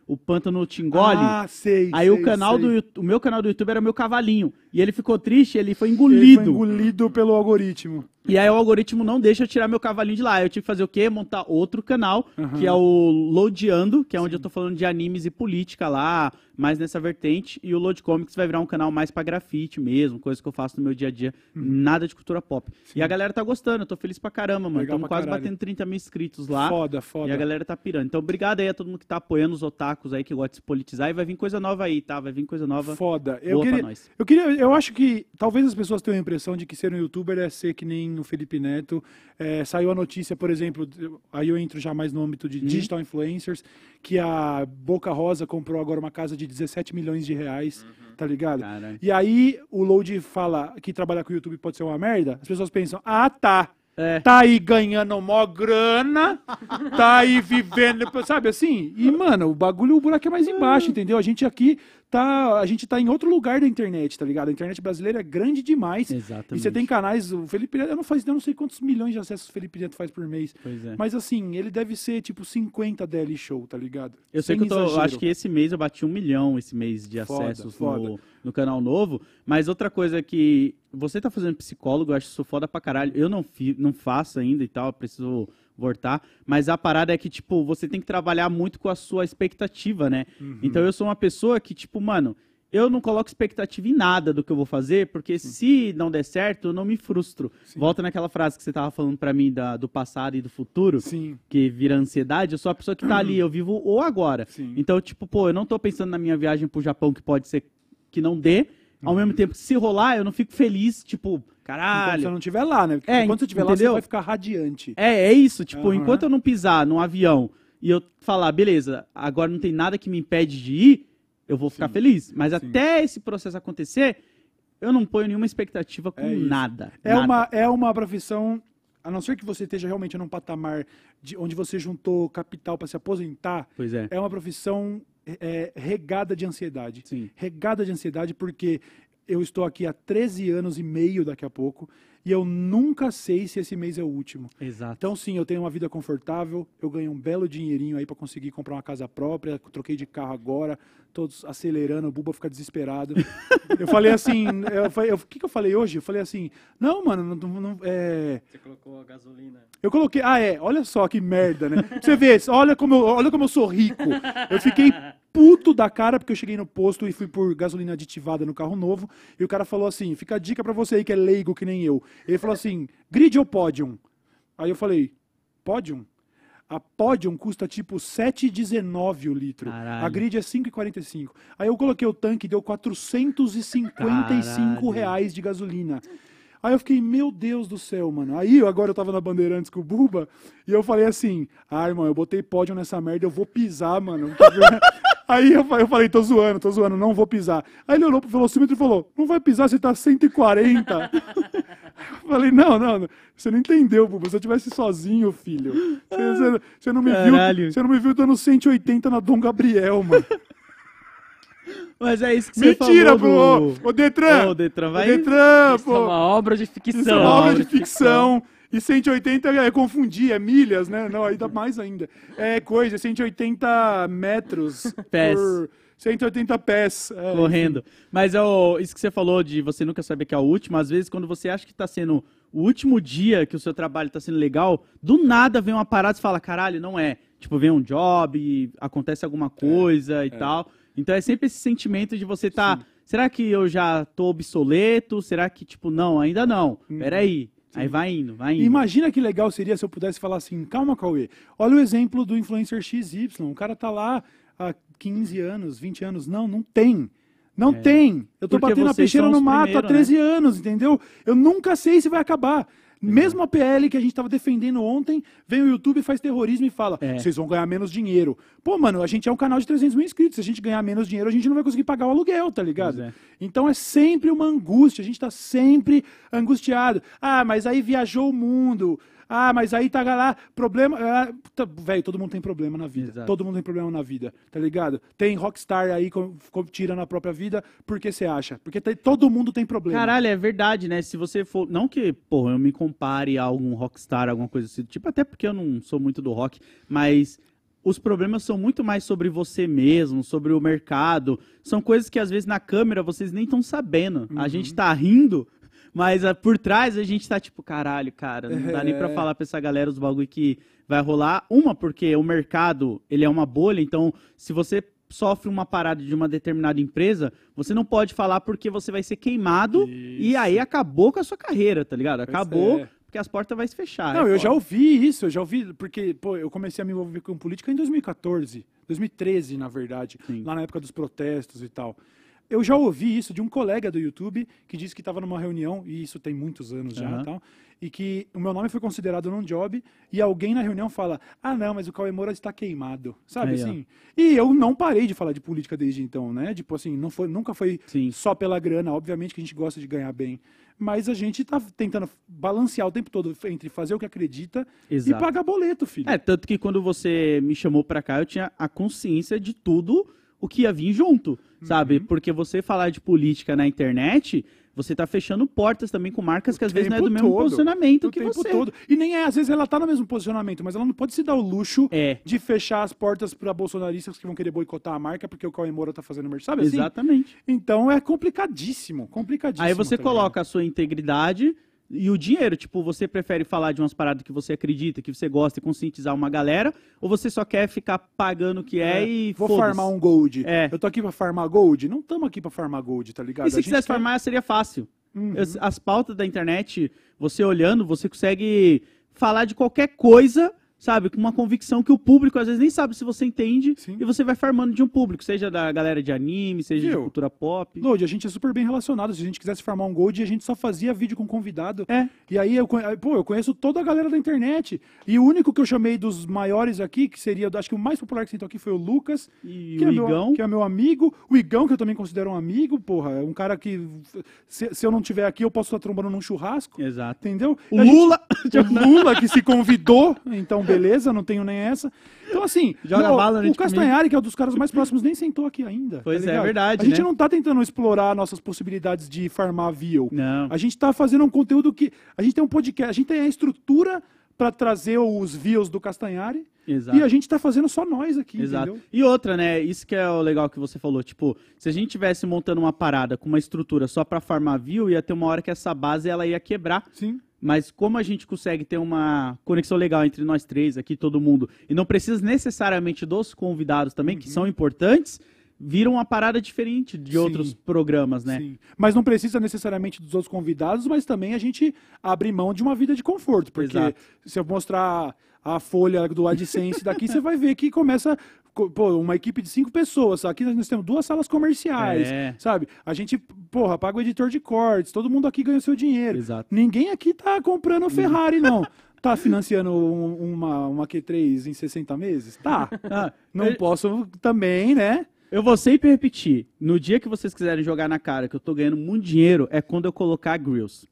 o Pântano Te Engole. Ah, sei. Aí o meu canal do YouTube era meu cavalinho. E ele ficou triste, ele foi engolido. Ele foi engolido pelo algoritmo. E aí o algoritmo não deixa eu tirar meu cavalinho de lá. Eu tive que fazer o quê? Montar outro canal, que é o Lodeando, que é onde eu tô falando de animes e política lá, mais nessa vertente. E o Load Comics vai virar um canal mais pra grafite mesmo, coisa que eu faço no meu dia a dia, nada de cultura pop. E a galera tá gostando, eu tô feliz pra caramba, mano. Legal Estamos pra quase caralho. batendo 30 mil inscritos lá. Foda, foda. E a galera tá pirando. Então obrigado aí a todo mundo que tá apoiando os otakus aí, que gosta de se politizar. E vai vir coisa nova aí, tá? Vai vir coisa nova. Foda. Boa pra nós. Eu acho que talvez as pessoas tenham a impressão de que ser um youtuber é ser que nem o Felipe Neto. Saiu a notícia, por exemplo, aí eu entro já mais no âmbito de digital influencers, que a Boca Rosa comprou agora uma casa de 17 milhões de reais, tá ligado? Caralho. E aí o Load fala que trabalhar com o YouTube pode ser uma merda, as pessoas pensam, tá. Tá aí ganhando mó grana, tá aí vivendo, sabe assim? E, mano, o buraco é mais embaixo, entendeu? A gente aqui tá em outro lugar da internet, tá ligado? A internet brasileira é grande demais. Exatamente. E você tem canais, o Felipe Neto, eu não sei quantos milhões de acessos o Felipe Neto faz por mês. Pois é. Mas assim, ele deve ser tipo 50 DL Show, tá ligado? Eu sei Sem que eu exagero. acho que esse mês eu bati 1 milhão esse mês de Foda, acessos foda. no canal novo. Mas outra coisa que você tá fazendo psicólogo, eu acho isso foda pra caralho. Eu não faço ainda e tal, eu preciso voltar. Mas a parada é que, tipo, você tem que trabalhar muito com a sua expectativa, né? Então eu sou uma pessoa que, tipo, mano, eu não coloco expectativa em nada do que eu vou fazer, porque se não der certo, eu não me frustro. Volta naquela frase que você tava falando pra mim do passado e do futuro, Sim. que vira ansiedade. Eu sou a pessoa que tá ali, eu vivo o agora. Sim. Então, tipo, pô, eu não tô pensando na minha viagem pro Japão, que pode ser que não dê. Ao mesmo tempo, se rolar, eu não fico feliz, tipo, Enquanto caralho. você não estiver lá, né? Porque quando você estiver lá, você entendeu? vai ficar radiante. É isso, tipo, Aham. enquanto eu não pisar num avião e eu falar, beleza, agora não tem nada que me impede de ir, eu vou ficar feliz. Mas até esse processo acontecer, eu não ponho nenhuma expectativa com isso. nada. É uma profissão, a não ser que você esteja realmente num patamar onde você juntou capital para se aposentar, Pois é. é uma profissão regada de ansiedade. Sim. Regada de ansiedade porque eu estou aqui há 13 anos e meio daqui a pouco e eu nunca sei se esse mês é o último. Exato. Então, sim, eu tenho uma vida confortável, eu ganho um belo dinheirinho aí para conseguir comprar uma casa própria, troquei de carro agora, todos acelerando, o Buba fica desesperado. Eu falei assim, o que eu falei hoje? Eu falei assim, não, mano, Você colocou a gasolina. eu coloquei, olha só que merda, né? Pra você ver, olha como eu sou rico. Eu fiquei puto da cara porque eu cheguei no posto e fui por gasolina aditivada no carro novo e o cara falou assim, fica a dica pra você aí que é leigo que nem eu. Ele falou assim, grid ou Podium? Aí eu falei, Podium? A Podium custa tipo 7,19 o litro. Caralho. A grid é 5,45. Aí eu coloquei o tanque e deu 455 reais de gasolina. Aí eu fiquei, meu Deus do céu, mano. Aí agora eu tava na Bandeirantes com o Buba e eu falei assim, irmão, eu botei Podium nessa merda, eu vou pisar, mano. Aí eu falei, tô zoando, não vou pisar. Aí ele olhou pro velocímetro e falou, não vai pisar, você tá 140. Eu falei, não, você não entendeu, Buba, se eu tivesse sozinho, filho. Você não me Caralho. viu, você não me viu dando 180 na Dom Gabriel, mano. Mas é isso que você Mentira, falou pô! Ô, Detran! Ô, Detran, vai... Ô, Detran, Isso é pô! uma obra de ficção. Isso é uma obra de ficção. E 180 é confundir, é milhas, né? Não, ainda mais ainda. É coisa, 180 metros Pés. por 180 pés. Correndo. Mas isso que você falou de você nunca saber que é o último, às vezes quando você acha que tá sendo o último dia que o seu trabalho tá sendo legal, do nada vem uma parada e você fala, caralho, não é. Tipo, vem um job, acontece alguma coisa e tal. Então é sempre esse sentimento de você tá, será que eu já tô obsoleto? Será que, tipo, não, ainda não. Peraí. Aí vai indo. Imagina que legal seria se eu pudesse falar assim, calma, Cauê, olha o exemplo do influencer XY, o cara tá lá há 15 anos, 20 anos, não tem. Não tem. Eu tô Porque batendo a vocês peixeira são no os mato há primeiros, 13 anos, entendeu? Eu nunca sei se vai acabar. Mesmo a PL que a gente tava defendendo ontem, vem o YouTube, faz terrorismo e fala, vocês vão ganhar menos dinheiro. Pô, mano, a gente é um canal de 300 mil inscritos, se a gente ganhar menos dinheiro, a gente não vai conseguir pagar o aluguel, tá ligado? Então é sempre uma angústia, a gente tá sempre angustiado. Mas aí viajou o mundo... mas aí tá lá, problema... Velho, todo mundo tem problema na vida. Exato. Todo mundo tem problema na vida, tá ligado? Tem rockstar aí tirando a própria vida, por que você acha? Porque todo mundo tem problema. Caralho, é verdade, né? Se você for... Não que, porra, eu me compare a algum rockstar, alguma coisa assim. Tipo, até porque eu não sou muito do rock, mas... os problemas são muito mais sobre você mesmo, sobre o mercado. São coisas que, às vezes, na câmera, vocês nem estão sabendo. A gente tá rindo, mas por trás a gente tá tipo, caralho, cara, não dá nem pra falar pra essa galera os bagulho que vai rolar. Porque o mercado, ele é uma bolha, então, se você sofre uma parada de uma determinada empresa, você não pode falar porque você vai ser queimado e aí acabou com a sua carreira, tá ligado? Acabou... Porque as portas vão se fechar. Não, eu já ouvi isso, porque, pô, eu comecei a me envolver com política em 2013, na verdade, lá na época dos protestos e tal. Eu já ouvi isso de um colega do YouTube que disse que estava numa reunião, e isso tem muitos anos já e tal, e que o meu nome foi considerado num job, e alguém na reunião fala, não, mas o Cauê Moura está queimado, sabe assim? E eu não parei de falar de política desde então, né? Tipo assim, nunca foi só pela grana, obviamente que a gente gosta de ganhar bem, mas a gente tá tentando balancear o tempo todo entre fazer o que acredita e pagar boleto, filho. Tanto que quando você me chamou pra cá, eu tinha a consciência de tudo o que ia vir junto, sabe? Porque você falar de política na internet, você tá fechando portas também com marcas que às vezes não é do mesmo posicionamento que você. Todo. E nem às vezes ela tá no mesmo posicionamento, mas ela não pode se dar o luxo de fechar as portas para bolsonaristas que vão querer boicotar a marca porque o Cauê Moura tá fazendo merchan, sabe assim? Exatamente. Então é complicadíssimo. Aí você coloca a sua integridade e o dinheiro, tipo, você prefere falar de umas paradas que você acredita, que você gosta e conscientizar uma galera, ou você só quer ficar pagando o que e vou farmar um gold. Eu tô aqui pra farmar gold? Não estamos aqui pra farmar gold, tá ligado? E se quisesse farmar, seria fácil. As pautas da internet, você olhando, você consegue falar de qualquer coisa, sabe, com uma convicção que o público às vezes nem sabe se você entende, e você vai farmando de um público, seja da galera de anime, seja de cultura pop. Gold, a gente é super bem relacionado, se a gente quisesse farmar um Gold, a gente só fazia vídeo com convidado. E aí, eu conheço toda a galera da internet, e o único que eu chamei dos maiores aqui, que seria, acho que o mais popular que sentou aqui foi o Lucas, e o Igão, que é meu amigo, o Igão, que eu também considero um amigo, é um cara que, se eu não tiver aqui, eu posso estar trombando num churrasco. Exato. Entendeu? O Lula! O Lula, que se convidou, então beleza, não tenho nem essa. Então, assim, o Castanhari, que é um dos caras mais próximos, nem sentou aqui ainda. Pois é verdade. A gente não tá tentando explorar nossas possibilidades de farmar view. Não. A gente tá fazendo um conteúdo que... A gente tem um podcast, a gente tem a estrutura para trazer os views do Castanhari. Exato. E a gente tá fazendo só nós aqui, Exato. entendeu? E outra, né? Isso que é o legal que você falou. Tipo, se a gente tivesse montando uma parada com uma estrutura só pra farmar view, ia ter uma hora que essa base ela ia quebrar. Sim. Mas como a gente consegue ter uma conexão legal entre nós três aqui, todo mundo, e não precisa necessariamente dos convidados também, que são importantes, vira uma parada diferente de outros programas, né? Sim. Mas não precisa necessariamente dos outros convidados, mas também a gente abre mão de uma vida de conforto. Porque se eu mostrar a folha do AdSense daqui, você vai ver que começa... uma equipe de 5 pessoas, aqui nós temos 2 salas comerciais, sabe? A gente, paga o editor de cortes, todo mundo aqui ganha o seu dinheiro. Exato. Ninguém aqui tá comprando Ferrari, não. Tá financiando uma Q3 em 60 meses? Tá. Não posso também, né? Eu vou sempre repetir, no dia que vocês quiserem jogar na cara que eu tô ganhando muito dinheiro, é quando eu colocar grills.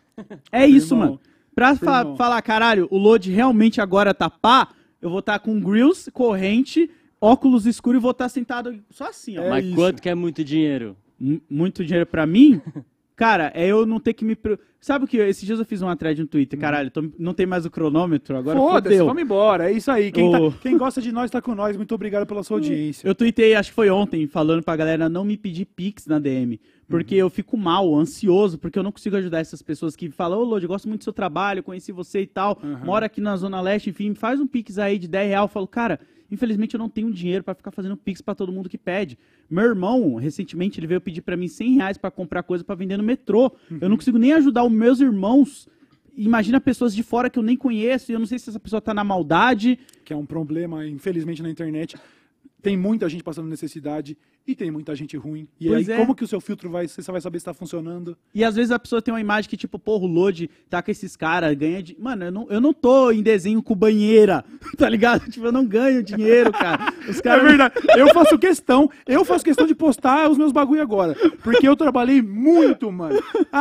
É isso, mano. Pra falar, caralho, o load realmente agora tá pá, eu vou estar com grills, corrente, óculos escuros e vou estar sentado só assim, ó. Mas quanto que é muito dinheiro? Muito dinheiro pra mim? Cara, é eu não ter que me... Sabe o que? Esses dias eu fiz uma thread no Twitter, caralho, não tem mais o cronômetro, agora foda-se, fodeu. vamos embora, é isso aí. Quem gosta de nós tá com nós, muito obrigado pela sua audiência. Eu tuitei, acho que foi ontem, falando pra galera não me pedir pix na DM, porque eu fico mal, ansioso, porque eu não consigo ajudar essas pessoas que falam, ô Lodi, gosto muito do seu trabalho, conheci você e tal, mora aqui na Zona Leste, enfim, faz um pix aí de R$10. Eu falo, cara... Infelizmente, eu não tenho dinheiro pra ficar fazendo pix pra todo mundo que pede. Meu irmão, recentemente, ele veio pedir pra mim R$100 pra comprar coisa pra vender no metrô. Eu não consigo nem ajudar os meus irmãos. Imagina pessoas de fora que eu nem conheço e eu não sei se essa pessoa tá na maldade. Que é um problema, infelizmente, na internet. Tem muita gente passando necessidade e tem muita gente ruim. E pois aí, como que o seu filtro você só vai saber se tá funcionando? E às vezes a pessoa tem uma imagem que, tipo, porra, o Lodi tá com esses caras, ganha de... Mano, eu não tô em desenho com banheira, tá ligado? Tipo, eu não ganho dinheiro, cara. Os caras... É verdade. Eu faço questão de postar os meus bagulho agora. Porque eu trabalhei muito, mano.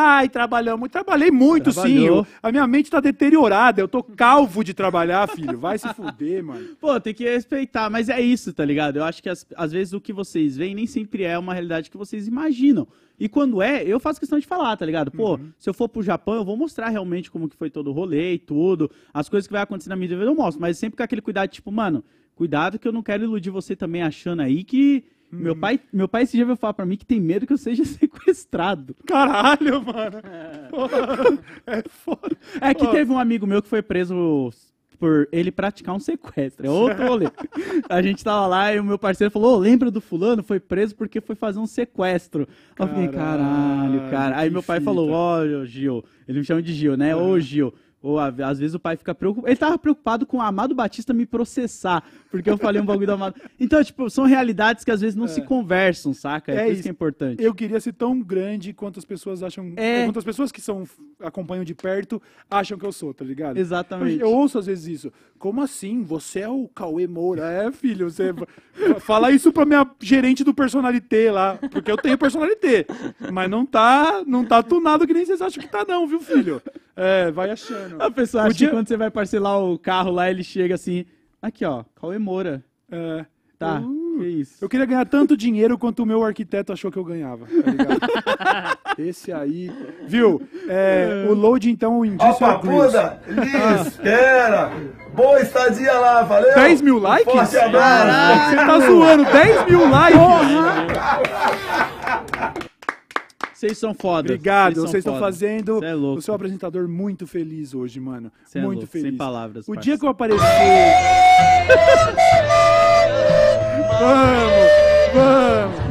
Trabalhei muito, sim. A minha mente tá deteriorada. Eu tô calvo de trabalhar, filho. Vai se fuder, mano. Pô, tem que respeitar. Mas é isso, tá ligado? Eu acho que às vezes o que vocês veem nem sempre é uma realidade que vocês imaginam. E quando eu faço questão de falar, tá ligado? Pô, se eu for pro Japão, eu vou mostrar realmente como que foi todo o rolê e tudo. As coisas que vai acontecer na minha vida eu mostro. Mas sempre com aquele cuidado, tipo, mano, cuidado que eu não quero iludir você também achando aí que meu pai esse dia veio falar pra mim que tem medo que eu seja sequestrado. Caralho, mano. É foda. É que teve um amigo meu que foi preso por ele praticar um sequestro. É outro rolê. A gente tava lá e o meu parceiro falou, lembra do fulano? Foi preso porque foi fazer um sequestro. Eu fiquei, caralho, cara. Aí meu pai falou, olha, Gil. Ele me chama de Gil, né? Ô, Gil. Ou às vezes o pai fica preocupado. Ele tava preocupado com o Amado Batista me processar, porque eu falei um bagulho do Amado. Então, tipo, são realidades que às vezes não se conversam, saca? É isso que é importante. Eu queria ser tão grande quanto as pessoas acham. Quanto as pessoas que acompanham de perto acham que eu sou, tá ligado? Exatamente. Eu ouço às vezes isso. Como assim? Você é o Cauê Moura? É, filho, você. Fala isso pra minha gerente do personalité lá, porque eu tenho personalité. Mas não tá tunado que nem vocês acham que tá, não, viu, filho? É, vai achando. A pessoa acha que quando você vai parcelar o carro lá, ele chega assim, aqui ó, Cauê Moura. É. Tá, que isso. Eu queria ganhar tanto dinheiro quanto o meu arquiteto achou que eu ganhava, tá ligado? Esse aí, viu? O load, então, o indício Ó, papuda, espera. Boa estadia lá, valeu? 10 mil likes? Forte abraço. Você tá zoando, 10 mil likes? Vocês são foda. Obrigado, vocês estão fazendo é louco. o seu apresentador muito feliz hoje, mano. Cê é muito louco, feliz. sem palavras. O parça. dia que eu aparecer... Vamos.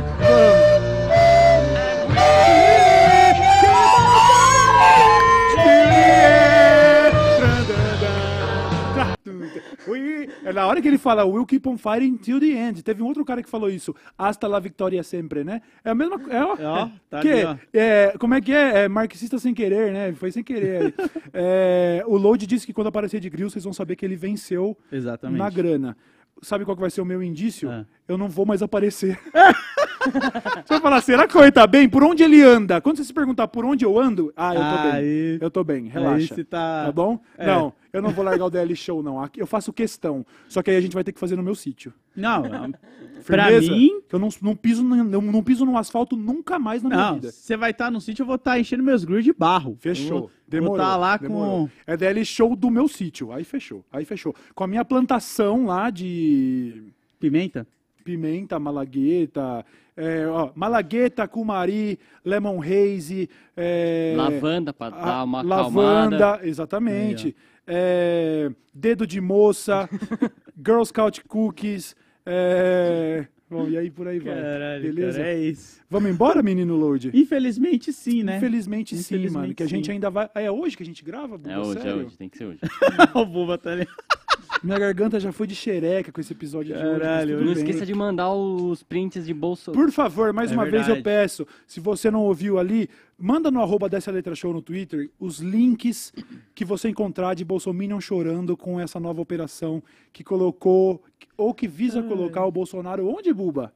É na hora que ele fala we'll keep on fighting till the end. Teve um outro cara que falou isso. Hasta la victoria sempre, né? É a mesma coisa. Tá ali, ó. Como é que é? É marxista sem querer, né? Foi sem querer. O Load disse que quando aparecer de grill, vocês vão saber que ele venceu na grana. Sabe qual que vai ser o meu indício? Eu não vou mais aparecer. Você vai falar, será que o Cauê tá bem? Por onde ele anda? Quando você se perguntar por onde eu ando, eu tô bem. Eu tô bem, relaxa. Tá bom? Não, eu não vou largar o DL Show, não. Aqui eu faço questão. Só que aí a gente vai ter que fazer no meu sítio. Não, pra mim... Que eu não piso no asfalto nunca mais na minha vida. Você vai estar no sítio, eu vou estar enchendo meus grills de barro. Fechou. Demorou. Vou estar lá demorou. com... É DL Show do meu sítio. Aí fechou. Com a minha plantação lá de... Pimenta, malagueta... malagueta, cumari, lemon haze... lavanda pra dar uma lavanda, acalmada. Exatamente. Dedo de moça, Girl Scout cookies... Bom, e aí por aí vai. Caralho, beleza? Cara, é isso. Vamos embora, menino Load? Infelizmente sim, né? Infelizmente sim, mano. Que a gente ainda vai... É hoje que a gente grava, Buba? É hoje, Sério? tem que ser hoje. O Buba tá ali. Minha garganta já foi de xereca com esse episódio de hoje. Caralho, mas tudo Não bem. esqueça de mandar os prints de Bolsonaro. Por favor, mais uma vez eu verdade. peço, se você não ouviu ali, manda no @dessa_letra_show no Twitter os links que você encontrar de Bolsominion chorando com essa nova operação que colocou, ou que visa colocar o Bolsonaro onde, Buba?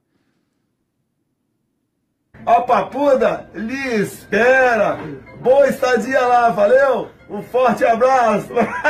Ó, papuda, lhe espera. Boa estadia lá, valeu? Um forte abraço.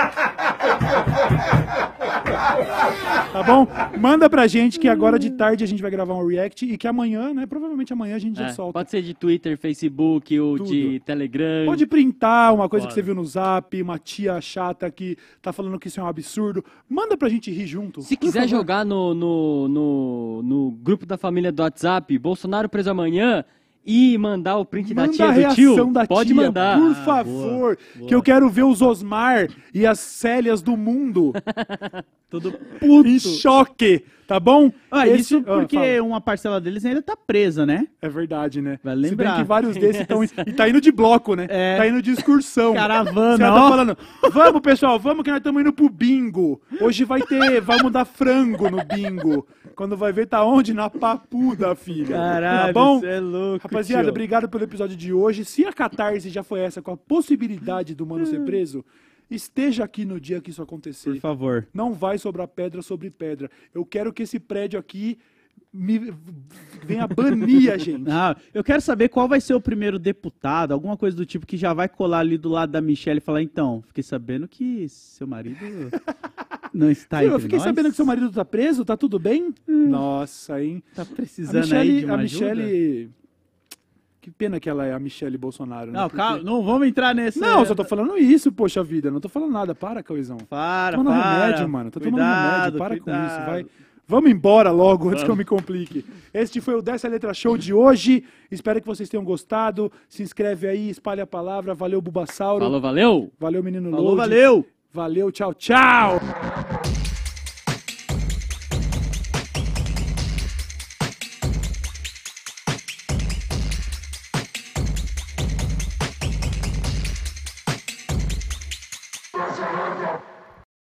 Tá bom? Manda pra gente que agora de tarde a gente vai gravar um react e que amanhã, né? Provavelmente amanhã a gente já solta. Pode ser de Twitter, Facebook ou Tudo. de Telegram. Pode printar uma coisa que você viu no Zap, uma tia chata que tá falando que isso é um absurdo. Manda pra gente rir junto. Se quiser jogar no grupo da família do WhatsApp, Bolsonaro preso amanhã, e mandar o print da tia a do reação tio, da pode tia, mandar. por favor, que eu quero ver os Osmar e as Célias do mundo Tudo puto. em choque, tá bom? Isso porque fala. uma parcela deles ainda tá presa, né? É verdade, né? Vai Se bem lembrar. que vários desses estão... E tá indo de bloco, né? Tá indo de excursão. Caravana, Os caras ó. tão falando, vamos, pessoal, vamos que nós estamos indo pro bingo. Hoje vamos dar frango no bingo. Quando vai ver, tá onde? Na papuda, filha. Caralho, tá bom? cê é louco, Rapaziada, tio. obrigado pelo episódio de hoje. Se a catarse já foi essa, com a possibilidade do mano ser preso, esteja aqui no dia que isso acontecer. Por favor. Não vai sobrar pedra sobre pedra. Eu quero que esse prédio aqui venha banir a gente. Não, eu quero saber qual vai ser o primeiro deputado, alguma coisa do tipo que já vai colar ali do lado da Michelle e falar, então, fiquei sabendo que seu marido não está entre Eu fiquei nós. sabendo que seu marido tá preso, tá tudo bem? Nossa, hein? Tá precisando aí de uma a Michelle... ajuda? Que pena que ela é a Michelle Bolsonaro, né? Não, Porque- calma, não vamos entrar nesse... Não, só tô falando isso, poxa vida. Não tô falando nada. Para, Cauizão. Para, Tô tomando para. remédio, mano. Tô tomando Cuidado, remédio. Para com cuidado. isso, vai. Vamos embora logo, antes que eu me complique. Este foi o Dessa Letra Show de hoje. Espero que vocês tenham gostado. Se inscreve aí, espalhe a palavra. Valeu, Bulbasauro. Falou, valeu! Valeu, Menino Falou, Load. valeu! Valeu, tchau, tchau.